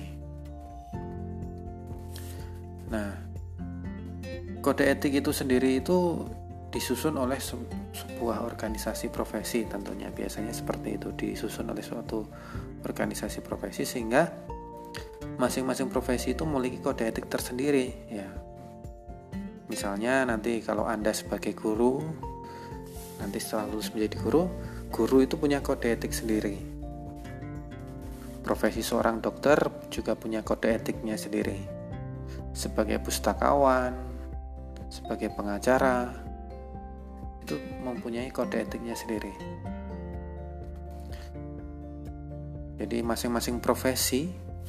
Nah, kode etik itu sendiri itu disusun oleh se- sebuah organisasi profesi tentunya, biasanya seperti itu, disusun oleh suatu organisasi profesi sehingga masing-masing profesi itu memiliki kode etik tersendiri ya. Misalnya nanti kalau Anda sebagai guru, nanti setelah lulus menjadi guru, guru itu punya kode etik sendiri. Profesi seorang dokter juga punya kode etiknya sendiri. Sebagai pustakawan, sebagai pengacara, itu mempunyai kode etiknya sendiri. Jadi masing-masing profesi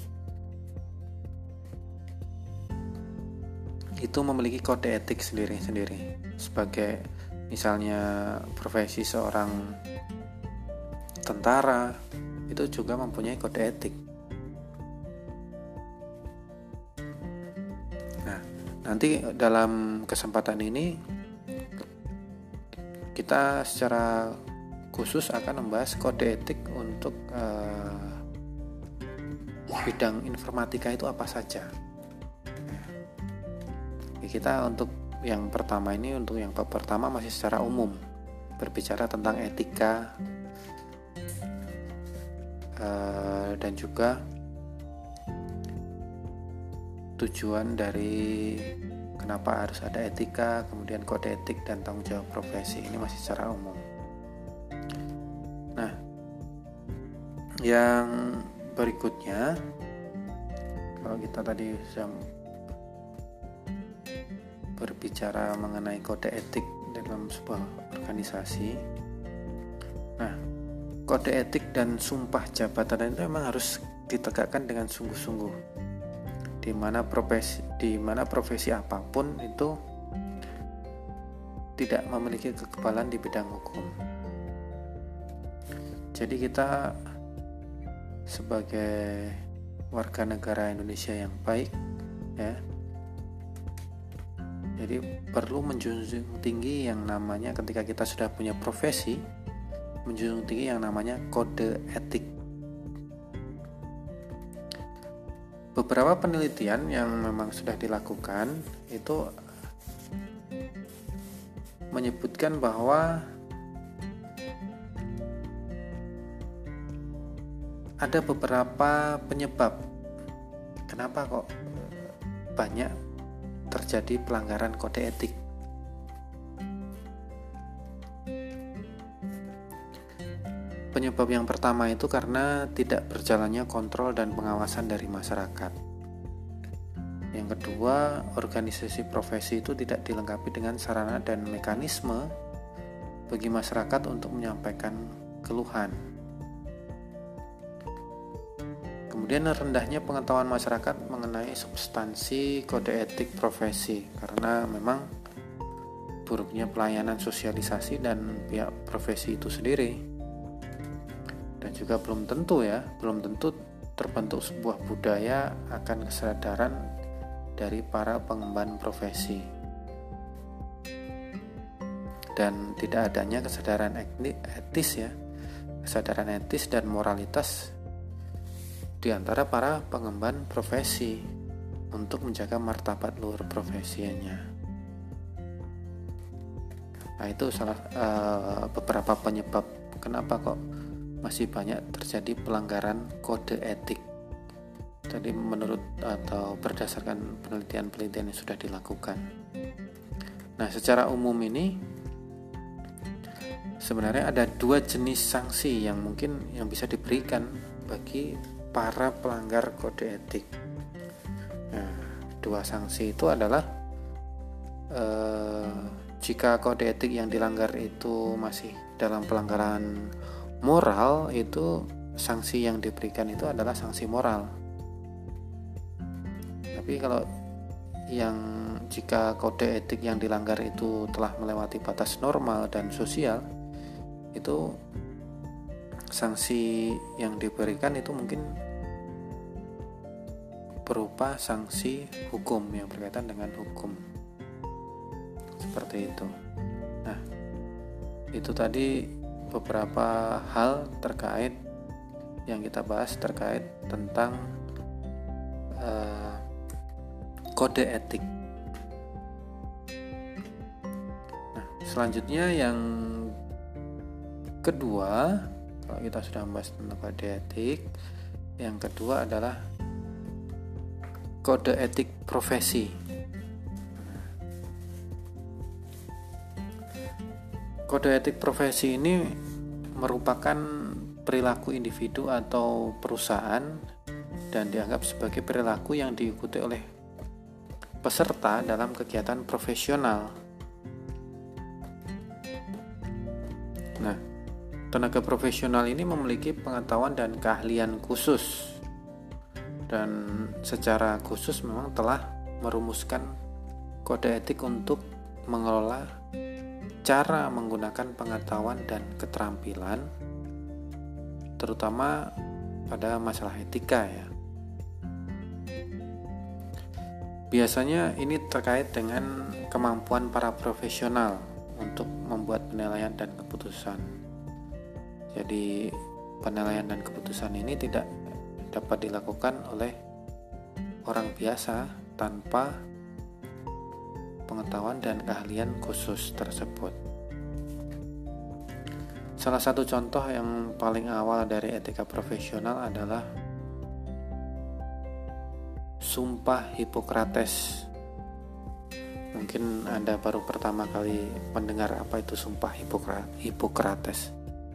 itu memiliki kode etik sendiri-sendiri. Sebagai misalnya profesi seorang tentara, itu juga mempunyai kode etik. Nah, nanti dalam kesempatan ini kita secara khusus akan membahas kode etik untuk uh, bidang informatika itu apa saja. Nah, kita untuk yang pertama ini, untuk yang pertama masih secara umum berbicara tentang etika Uh, dan juga tujuan dari kenapa harus ada etika, kemudian kode etik dan tanggung jawab profesi. Ini masih secara umum. Nah, yang berikutnya, kalau kita tadi sudah berbicara mengenai kode etik dalam sebuah organisasi, nah kode etik dan sumpah jabatan itu memang harus ditegakkan dengan sungguh-sungguh. Di mana profesi, di mana profesi apapun itu tidak memiliki kekebalan di bidang hukum. Jadi kita sebagai warga negara Indonesia yang baik, ya, jadi perlu menjunjung tinggi yang namanya ketika kita sudah punya profesi, menjunjung tinggi yang namanya kode etik. Beberapa penelitian yang memang sudah dilakukan itu menyebutkan bahwa ada beberapa penyebab kenapa kok banyak terjadi pelanggaran kode etik. Penyebab yang pertama itu karena tidak berjalannya kontrol dan pengawasan dari masyarakat. Yang kedua, organisasi profesi itu tidak dilengkapi dengan sarana dan mekanisme bagi masyarakat untuk menyampaikan keluhan. Kemudian rendahnya pengetahuan masyarakat mengenai substansi kode etik profesi karena memang buruknya pelayanan sosialisasi dan pihak profesi itu sendiri. Dan juga belum tentu ya, belum tentu terbentuk sebuah budaya akan kesadaran dari para pengemban profesi. Dan tidak adanya kesadaran etis ya, kesadaran etis dan moralitas di antara para pengemban profesi untuk menjaga martabat luhur profesinya. Nah, itu salah uh, beberapa penyebab kenapa kok masih banyak terjadi pelanggaran kode etik. tadi menurut atau berdasarkan penelitian-penelitian yang sudah dilakukan. Nah, secara umum ini sebenarnya ada dua jenis sanksi yang mungkin yang bisa diberikan bagi para pelanggar kode etik. Nah, dua sanksi itu adalah eh, jika kode etik yang dilanggar itu masih dalam pelanggaran moral, itu sanksi yang diberikan itu adalah sanksi moral. Tapi kalau yang jika kode etik yang dilanggar itu telah melewati batas normal dan sosial, itu sanksi yang diberikan itu mungkin berupa sanksi hukum yang berkaitan dengan hukum, seperti itu. Nah, itu tadi beberapa hal terkait yang kita bahas terkait tentang uh, kode etik. Nah, selanjutnya yang kedua, kalau kita sudah membahas tentang kode etik, yang kedua adalah kode etik profesi. Kode etik profesi ini merupakan perilaku individu atau perusahaan dan dianggap sebagai perilaku yang diikuti oleh peserta dalam kegiatan profesional. Nah, tenaga profesional ini memiliki pengetahuan dan keahlian khusus, dan secara khusus memang telah merumuskan kode etik untuk mengelola cara menggunakan pengetahuan dan keterampilan, terutama pada masalah etika ya. Biasanya ini terkait dengan kemampuan para profesional untuk membuat penilaian dan keputusan. Jadi penilaian dan keputusan ini tidak dapat dilakukan oleh orang biasa tanpa pengetahuan dan keahlian khusus tersebut. Salah satu contoh yang paling awal dari etika profesional adalah Sumpah Hippocrates. Mungkin Anda baru pertama kali mendengar apa itu Sumpah Hippocrates.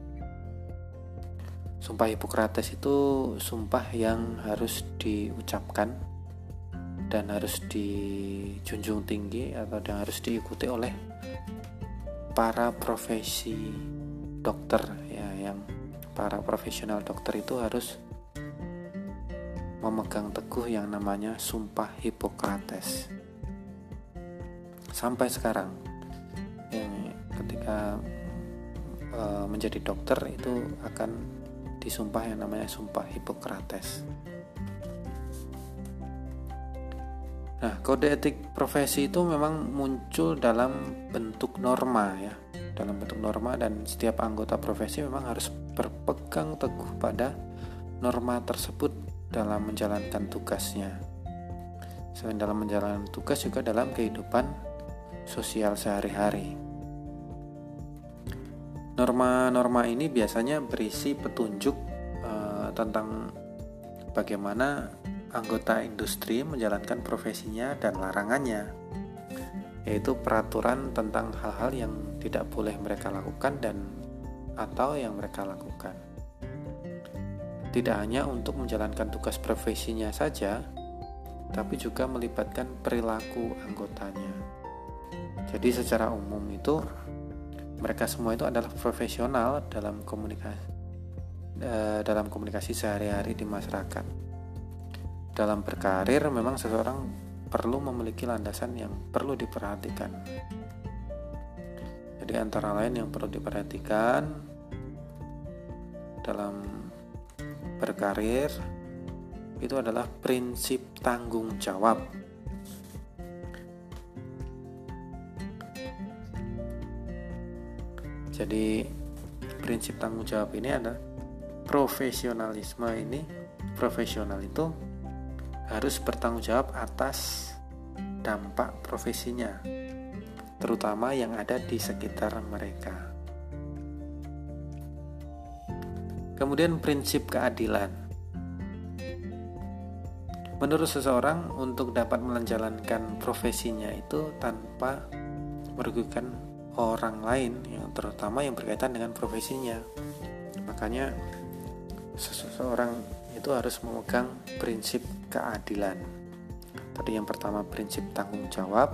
Sumpah Hippocrates itu sumpah yang harus diucapkan dan harus dijunjung tinggi atau yang harus diikuti oleh para profesi dokter ya, yang para profesional dokter itu harus memegang teguh yang namanya Sumpah Hippocrates. Sampai sekarang yang ketika e, menjadi dokter itu akan disumpah yang namanya Sumpah Hippocrates. Nah, kode etik profesi itu memang muncul dalam bentuk norma ya, dalam bentuk norma, dan setiap anggota profesi memang harus berpegang teguh pada norma tersebut dalam menjalankan tugasnya. Selain dalam menjalankan tugas, juga dalam kehidupan sosial sehari-hari. Norma-norma ini biasanya berisi petunjuk uh, tentang bagaimana anggota industri menjalankan profesinya dan larangannya, yaitu peraturan tentang hal-hal yang tidak boleh mereka lakukan dan atau yang mereka lakukan. Tidak hanya untuk menjalankan tugas profesinya saja, tapi juga melibatkan perilaku anggotanya. Jadi secara umum itu mereka semua itu adalah profesional dalam komunikasi eh, dalam komunikasi sehari-hari di masyarakat. Dalam berkarir memang seseorang perlu memiliki landasan yang perlu diperhatikan. Jadi antara lain yang perlu diperhatikan dalam berkarir itu adalah prinsip tanggung jawab. Jadi prinsip tanggung jawab ini adalah profesionalisme ini, profesional itu harus bertanggung jawab atas dampak profesinya, terutama yang ada di sekitar mereka. Kemudian prinsip keadilan. menurut seseorang untuk dapat menjalankan profesinya itu tanpa merugikan orang lain, yang terutama yang berkaitan dengan profesinya. Makanya seseorang itu harus memegang prinsip keadilan. Tadi yang pertama prinsip tanggung jawab,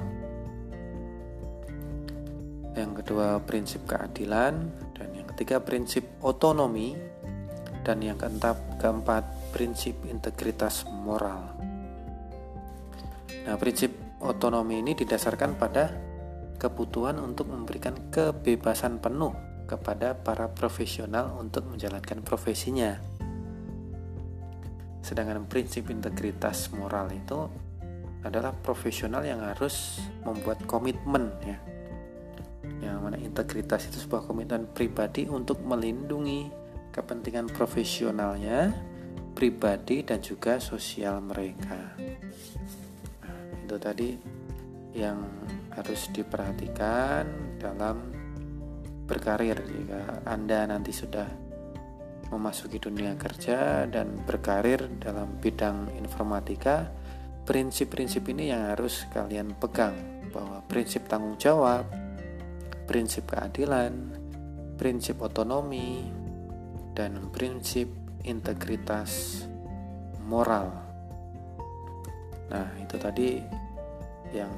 yang kedua prinsip keadilan, dan yang ketiga prinsip otonomi, dan yang keempat, keempat prinsip integritas moral. Nah, prinsip otonomi ini didasarkan pada kebutuhan untuk memberikan kebebasan penuh kepada para profesional untuk menjalankan profesinya. Sedangkan prinsip integritas moral itu adalah profesional yang harus membuat komitmen, ya. Yang mana integritas itu sebuah komitmen pribadi untuk melindungi kepentingan profesionalnya, pribadi dan juga sosial mereka. Nah, itu tadi yang harus diperhatikan dalam berkarir jika Anda nanti sudah memasuki dunia kerja dan berkarir dalam bidang informatika. Prinsip-prinsip ini yang harus kalian pegang, bahwa prinsip tanggung jawab, prinsip keadilan, prinsip otonomi, dan prinsip integritas moral. Nah, itu tadi yang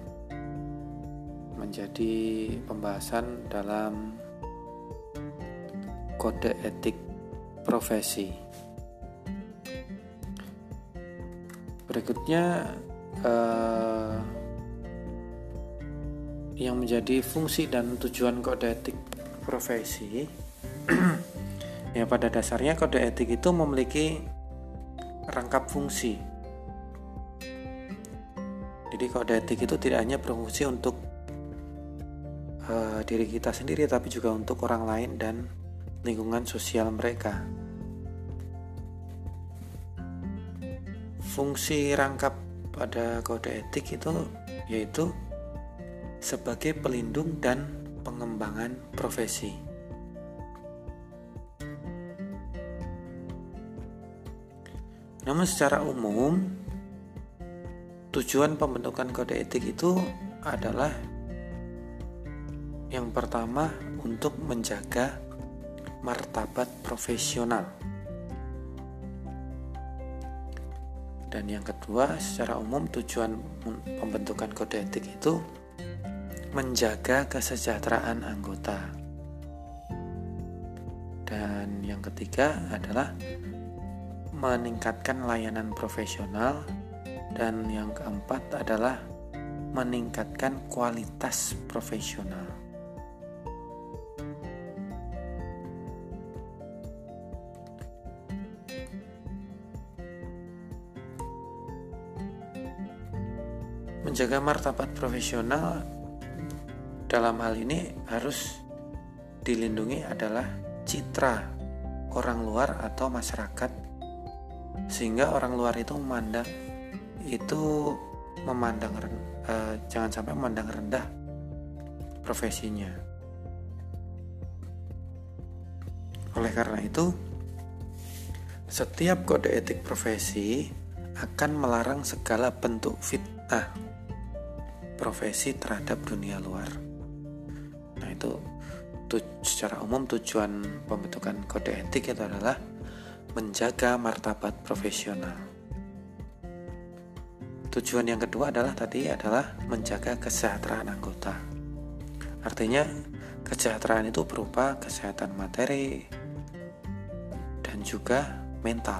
menjadi pembahasan dalam kode etik profesi. Berikutnya eh, yang menjadi fungsi dan tujuan kode etik profesi. Ya, pada dasarnya kode etik itu memiliki rangkap fungsi. Jadi kode etik itu tidak hanya berfungsi untuk uh, diri kita sendiri, tapi juga untuk orang lain dan lingkungan sosial mereka. Fungsi rangkap pada kode etik itu yaitu sebagai pelindung dan pengembangan profesi. Namun secara umum, tujuan pembentukan kode etik itu adalah yang pertama untuk menjaga martabat profesional. Dan yang kedua, secara umum tujuan pembentukan kode etik itu menjaga kesejahteraan anggota. Dan yang ketiga adalah meningkatkan layanan profesional, dan yang keempat adalah meningkatkan kualitas profesional. Menjaga martabat profesional dalam hal ini harus dilindungi adalah citra orang luar atau masyarakat, sehingga orang luar itu memandang itu memandang eh, jangan sampai memandang rendah profesinya. Oleh karena itu, setiap kode etik profesi akan melarang segala bentuk fitnah profesi terhadap dunia luar. Nah, itu tu- secara umum tujuan pembentukan kode etik itu adalah menjaga martabat profesional. Tujuan yang kedua adalah tadi adalah menjaga kesejahteraan anggota. Artinya kesejahteraan itu berupa kesehatan materi dan juga mental.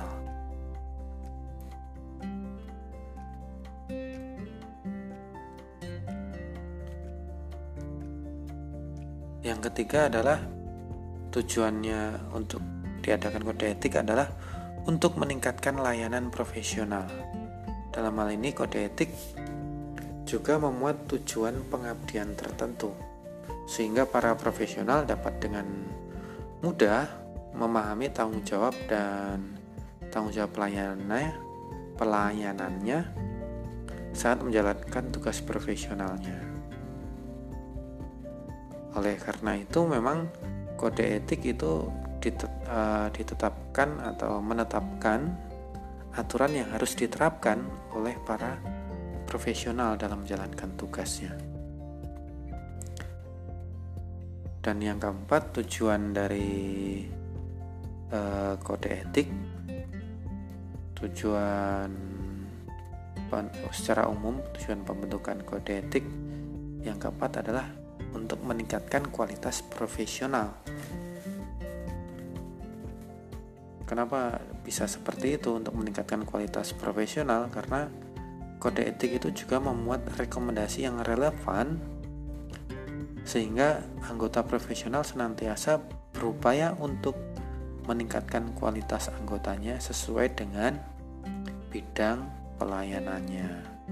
Yang ketiga adalah tujuannya untuk diadakan kode etik adalah untuk meningkatkan layanan profesional. Dalam hal ini kode etik juga memuat tujuan pengabdian tertentu, sehingga para profesional dapat dengan mudah memahami tanggung jawab dan tanggung jawab pelayanannya, pelayanannya saat menjalankan tugas profesionalnya. Oleh karena itu memang kode etik itu ditetapkan atau menetapkan aturan yang harus diterapkan oleh para profesional dalam menjalankan tugasnya. Dan yang keempat, tujuan dari uh, kode etik, tujuan secara umum, tujuan pembentukan kode etik yang keempat adalah untuk meningkatkan kualitas profesional. Kenapa bisa seperti itu untuk meningkatkan kualitas profesional? Karena kode etik itu juga memuat rekomendasi yang relevan sehingga anggota profesional senantiasa berupaya untuk meningkatkan kualitas anggotanya sesuai dengan bidang pelayanannya.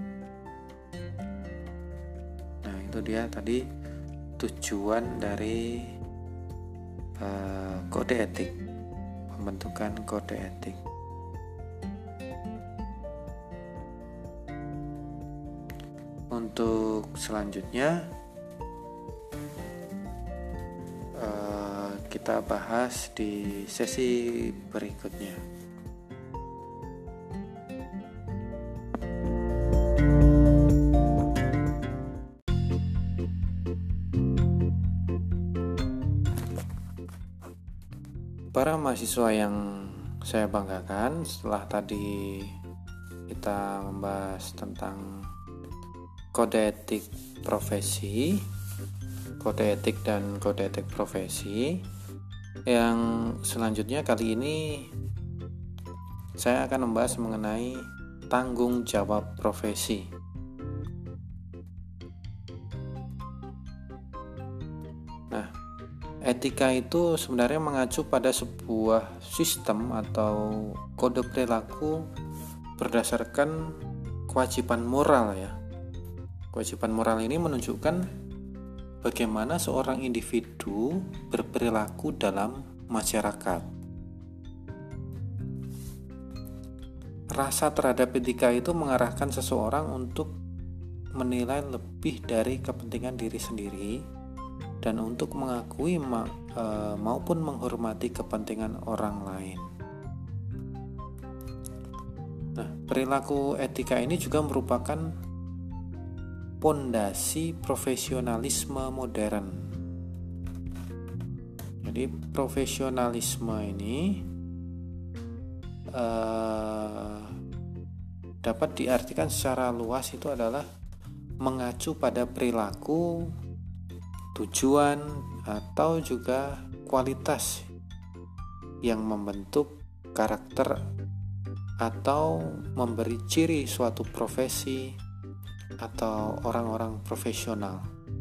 Nah, itu dia tadi tujuan dari uh, kode etik, pembentukan kode etik. Untuk selanjutnya uh, kita bahas di sesi berikutnya. Para mahasiswa yang saya banggakan, setelah tadi kita membahas tentang kode etik profesi, kode etik dan kode etik profesi, yang selanjutnya kali ini saya akan membahas mengenai tanggung jawab profesi. Nah, etika itu sebenarnya mengacu pada sebuah sistem atau kode perilaku berdasarkan kewajiban moral ya. Kewajiban moral ini menunjukkan bagaimana seorang individu berperilaku dalam masyarakat. Rasa terhadap etika itu mengarahkan seseorang untuk menilai lebih dari kepentingan diri sendiri dan untuk mengakui ma- e, maupun menghormati kepentingan orang lain. Nah, perilaku etika ini juga merupakan pondasi profesionalisme modern. Jadi profesionalisme ini e, dapat diartikan secara luas itu adalah mengacu pada perilaku, tujuan atau juga kualitas yang membentuk karakter atau memberi ciri suatu profesi atau orang-orang profesional.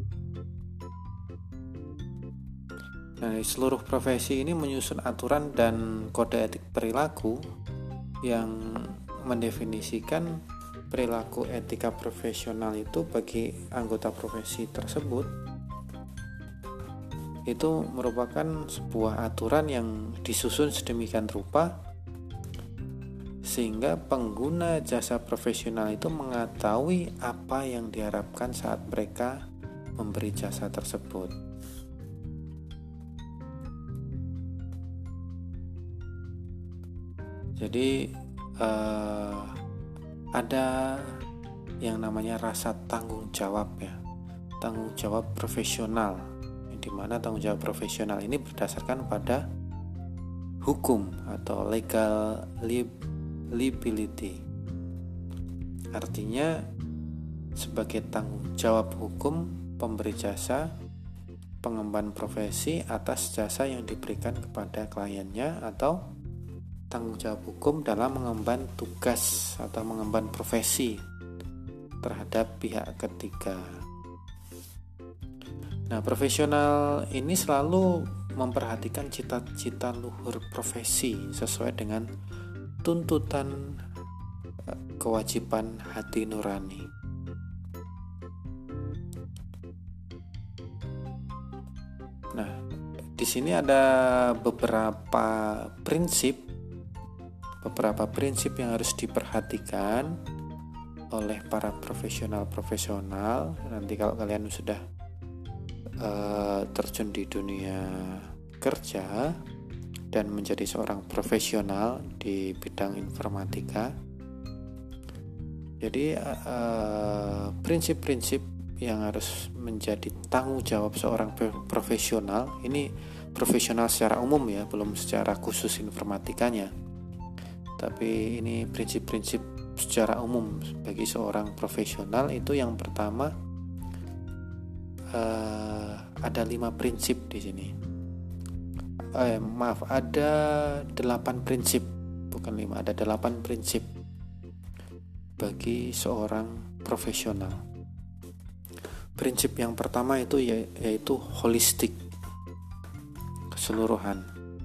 Nah, seluruh profesi ini menyusun aturan dan kode etik perilaku yang mendefinisikan perilaku etika profesional itu bagi anggota profesi tersebut. Itu merupakan sebuah aturan yang disusun sedemikian rupa sehingga pengguna jasa profesional itu mengetahui apa yang diharapkan saat mereka memberi jasa tersebut. Jadi eh, ada yang namanya rasa tanggung jawab ya, tanggung jawab profesional, di mana tanggung jawab profesional ini berdasarkan pada hukum atau legal liability. Artinya sebagai tanggung jawab hukum pemberi jasa pengemban profesi atas jasa yang diberikan kepada kliennya, atau tanggung jawab hukum dalam mengemban tugas atau mengemban profesi terhadap pihak ketiga. Nah, profesional ini selalu memperhatikan cita-cita luhur profesi sesuai dengan tuntutan kewajiban hati nurani. Nah, di sini ada beberapa prinsip, beberapa prinsip yang harus diperhatikan oleh para profesional-profesional. Nanti kalau kalian sudah Uh, terjun di dunia kerja dan menjadi seorang profesional di bidang informatika. Jadi uh, prinsip-prinsip yang harus menjadi tanggung jawab seorang profesional, ini profesional secara umum ya, belum secara khusus informatikanya, tapi ini prinsip-prinsip secara umum bagi seorang profesional. Itu yang pertama, uh, ada lima prinsip di sini. Eh, maaf, ada delapan prinsip, bukan lima, ada delapan prinsip bagi seorang profesional. Prinsip yang pertama itu yaitu holistik, keseluruhan.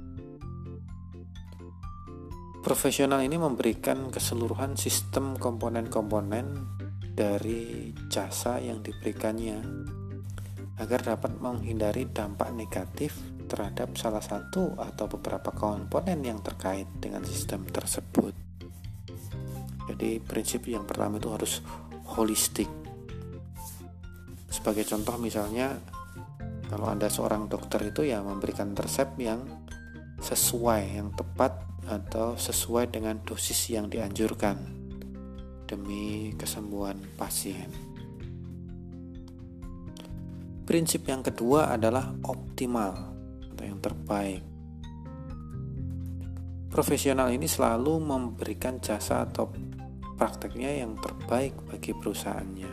Profesional ini memberikan keseluruhan sistem komponen-komponen dari jasa yang diberikannya agar dapat menghindari dampak negatif terhadap salah satu atau beberapa komponen yang terkait dengan sistem tersebut. Jadi prinsip yang pertama itu harus holistik. Sebagai contoh misalnya, kalau Anda seorang dokter itu ya memberikan resep yang sesuai, yang tepat atau sesuai dengan dosis yang dianjurkan demi kesembuhan pasien. Prinsip yang kedua adalah optimal atau yang terbaik. Profesional ini selalu memberikan jasa atau prakteknya yang terbaik bagi perusahaannya.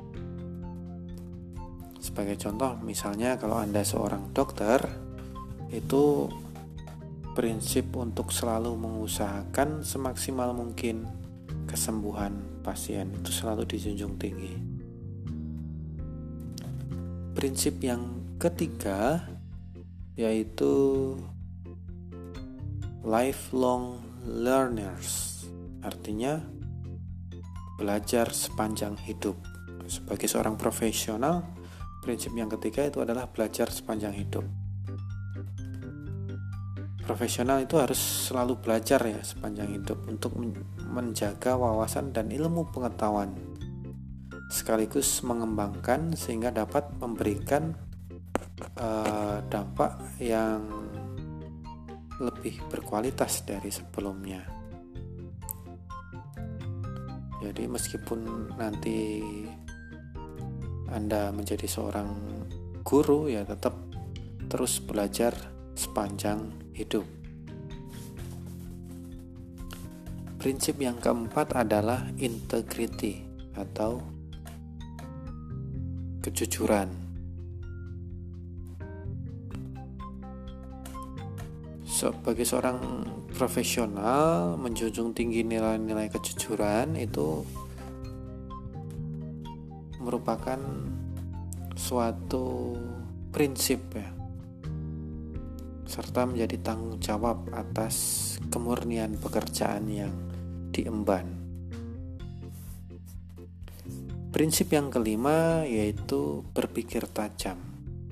Sebagai contoh, misalnya kalau Anda seorang dokter, itu prinsip untuk selalu mengusahakan semaksimal mungkin kesembuhan pasien itu selalu dijunjung tinggi. Prinsip yang ketiga yaitu lifelong learners, artinya belajar sepanjang hidup. Sebagai seorang profesional, prinsip yang ketiga itu adalah belajar sepanjang hidup. Profesional itu harus selalu belajar ya sepanjang hidup untuk menjaga wawasan dan ilmu pengetahuan, sekaligus mengembangkan sehingga dapat memberikan uh, dampak yang lebih berkualitas dari sebelumnya. Jadi meskipun nanti Anda menjadi seorang guru, ya tetap terus belajar sepanjang hidup. Prinsip yang keempat adalah integrity atau kejujuran. Sebagai seorang profesional, menjunjung tinggi nilai-nilai kejujuran itu merupakan suatu prinsip ya, serta menjadi tanggung jawab atas kemurnian pekerjaan yang diemban. Prinsip yang kelima yaitu berpikir tajam.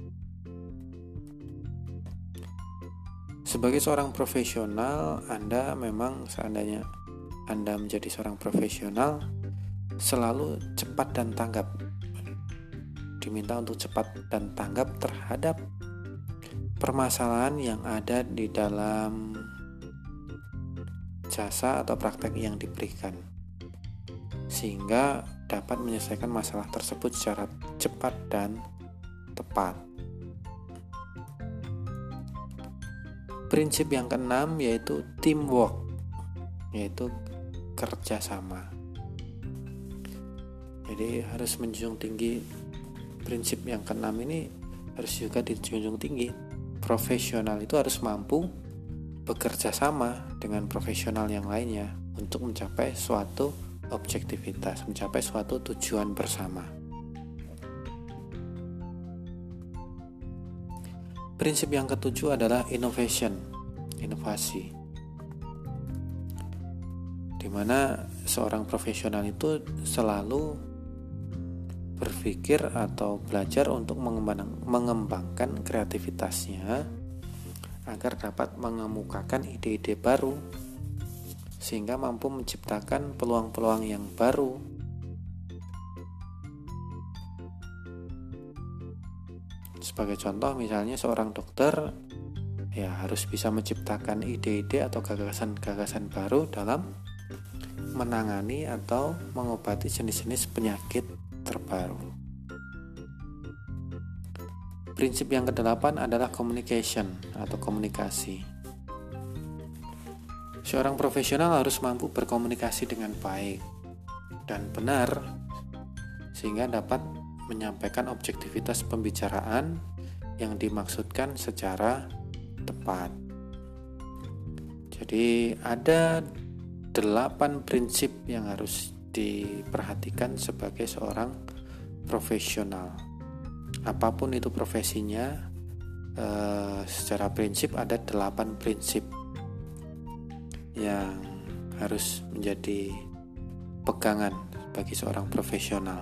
Sebagai seorang profesional, Anda memang seandainya Anda menjadi seorang profesional selalu cepat dan tanggap. Diminta untuk cepat dan tanggap terhadap permasalahan yang ada di dalam jasa atau praktek yang diberikan, sehingga dapat menyelesaikan masalah tersebut secara cepat dan tepat. Prinsip yang keenam yaitu teamwork, yaitu kerjasama. Jadi harus menjunjung tinggi prinsip yang keenam ini, harus juga dijunjung tinggi. Profesional itu harus mampu bekerja sama dengan profesional yang lainnya untuk mencapai suatu objektivitas, mencapai suatu tujuan bersama. Prinsip yang ketujuh adalah innovation, inovasi, di mana seorang profesional itu selalu berpikir atau belajar untuk mengembangkan kreativitasnya agar dapat mengemukakan ide-ide baru sehingga mampu menciptakan peluang-peluang yang baru. Sebagai contoh, misalnya seorang dokter ya harus bisa menciptakan ide-ide atau gagasan-gagasan baru dalam menangani atau mengobati jenis-jenis penyakit terbaru. Prinsip yang kedelapan adalah communication atau komunikasi. Seorang profesional harus mampu berkomunikasi dengan baik dan benar sehingga dapat menyampaikan objektivitas pembicaraan yang dimaksudkan secara tepat. Jadi ada delapan prinsip yang harus diperhatikan sebagai seorang profesional. Apapun itu profesinya, eh, secara prinsip ada delapan prinsip yang harus menjadi pegangan bagi seorang profesional.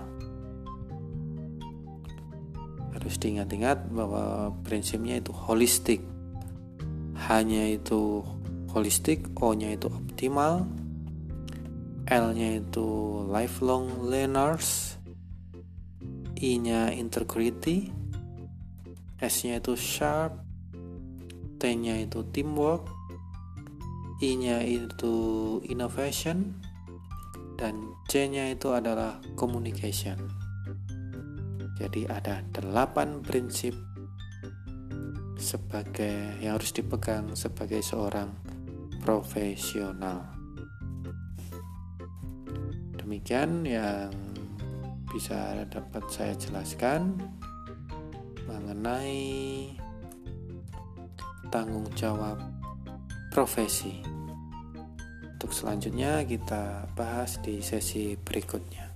Harus diingat-ingat bahwa prinsipnya itu holistik. H-nya itu holistik, O-nya itu optimal, L-nya itu lifelong learners, I-nya integrity, S-nya itu sharp, T-nya itu teamwork, I-nya itu innovation, dan C-nya itu adalah communication. Jadi ada delapan prinsip sebagai yang harus dipegang sebagai seorang profesional. Demikian yang bisa dapat saya jelaskan mengenai tanggung jawab profesi. Untuk selanjutnya kita bahas di sesi berikutnya.